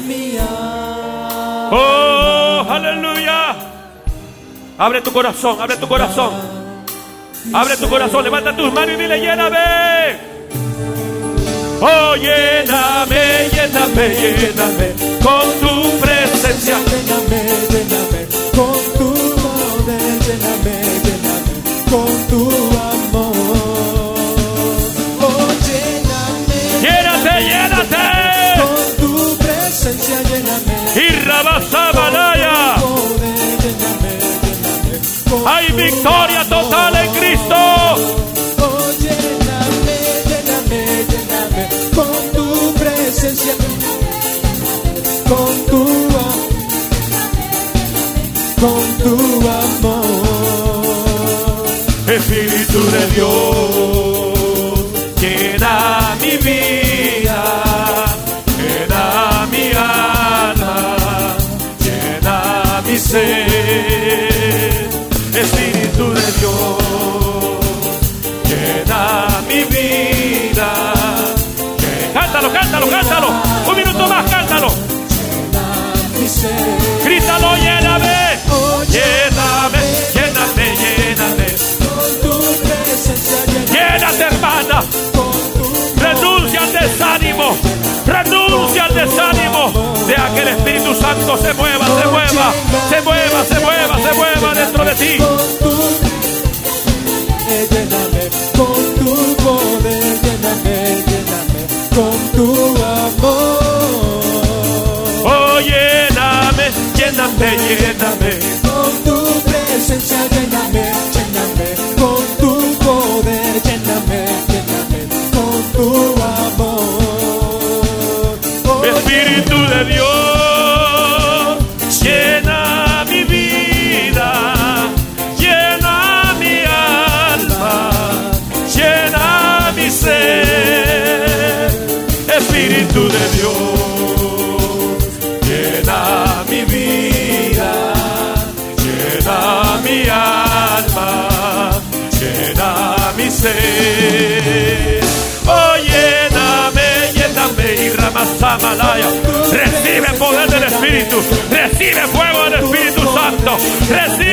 Oh, aleluya. Abre tu corazón, abre tu corazón. Abre tu corazón, levanta tus manos y dile: lléname. Oh, lléname, lléname, lléname con tu presencia. Lléname, lléname con tu poder. Lléname, lléname con tu amor. Oh, lléname. Llénate, llénate. Con tu presencia, lléname. Y Rabasabalaya. Hay victoria total en Cristo. Oh, lléname, lléname, lléname con tu presencia, con tu con tu amor. Espíritu de Dios, llena mi vida, llena mi alma, llena mi ser. Espíritu de Dios, llena mi vida. Cántalo, cántalo, cántalo. Un minuto más, cántalo. Grítalo, lléname. Lléname, lléname, lléname. Llénate, hermana. Renuncia al desánimo. Renuncia al desánimo. Deja que el Espíritu Santo se mueva, se mueva, se mueva, se mueva, se mueva dentro de ti. Lléname con tu poder, lléname, lléname con tu amor. Oh, lléname, lléname, lléname. Con tu presencia, lléname, lléname con tu poder, lléname, lléname con tu amor. Oh, Espíritu de Dios, llena mi vida, llena mi alma, llena mi ser. Espíritu de Dios, llena mi vida, llena mi alma, llena mi ser. Oh, lléname, lléname y Ramasamalaya. Recibe poder del Espíritu, recibe fuego del Espíritu Santo, recibe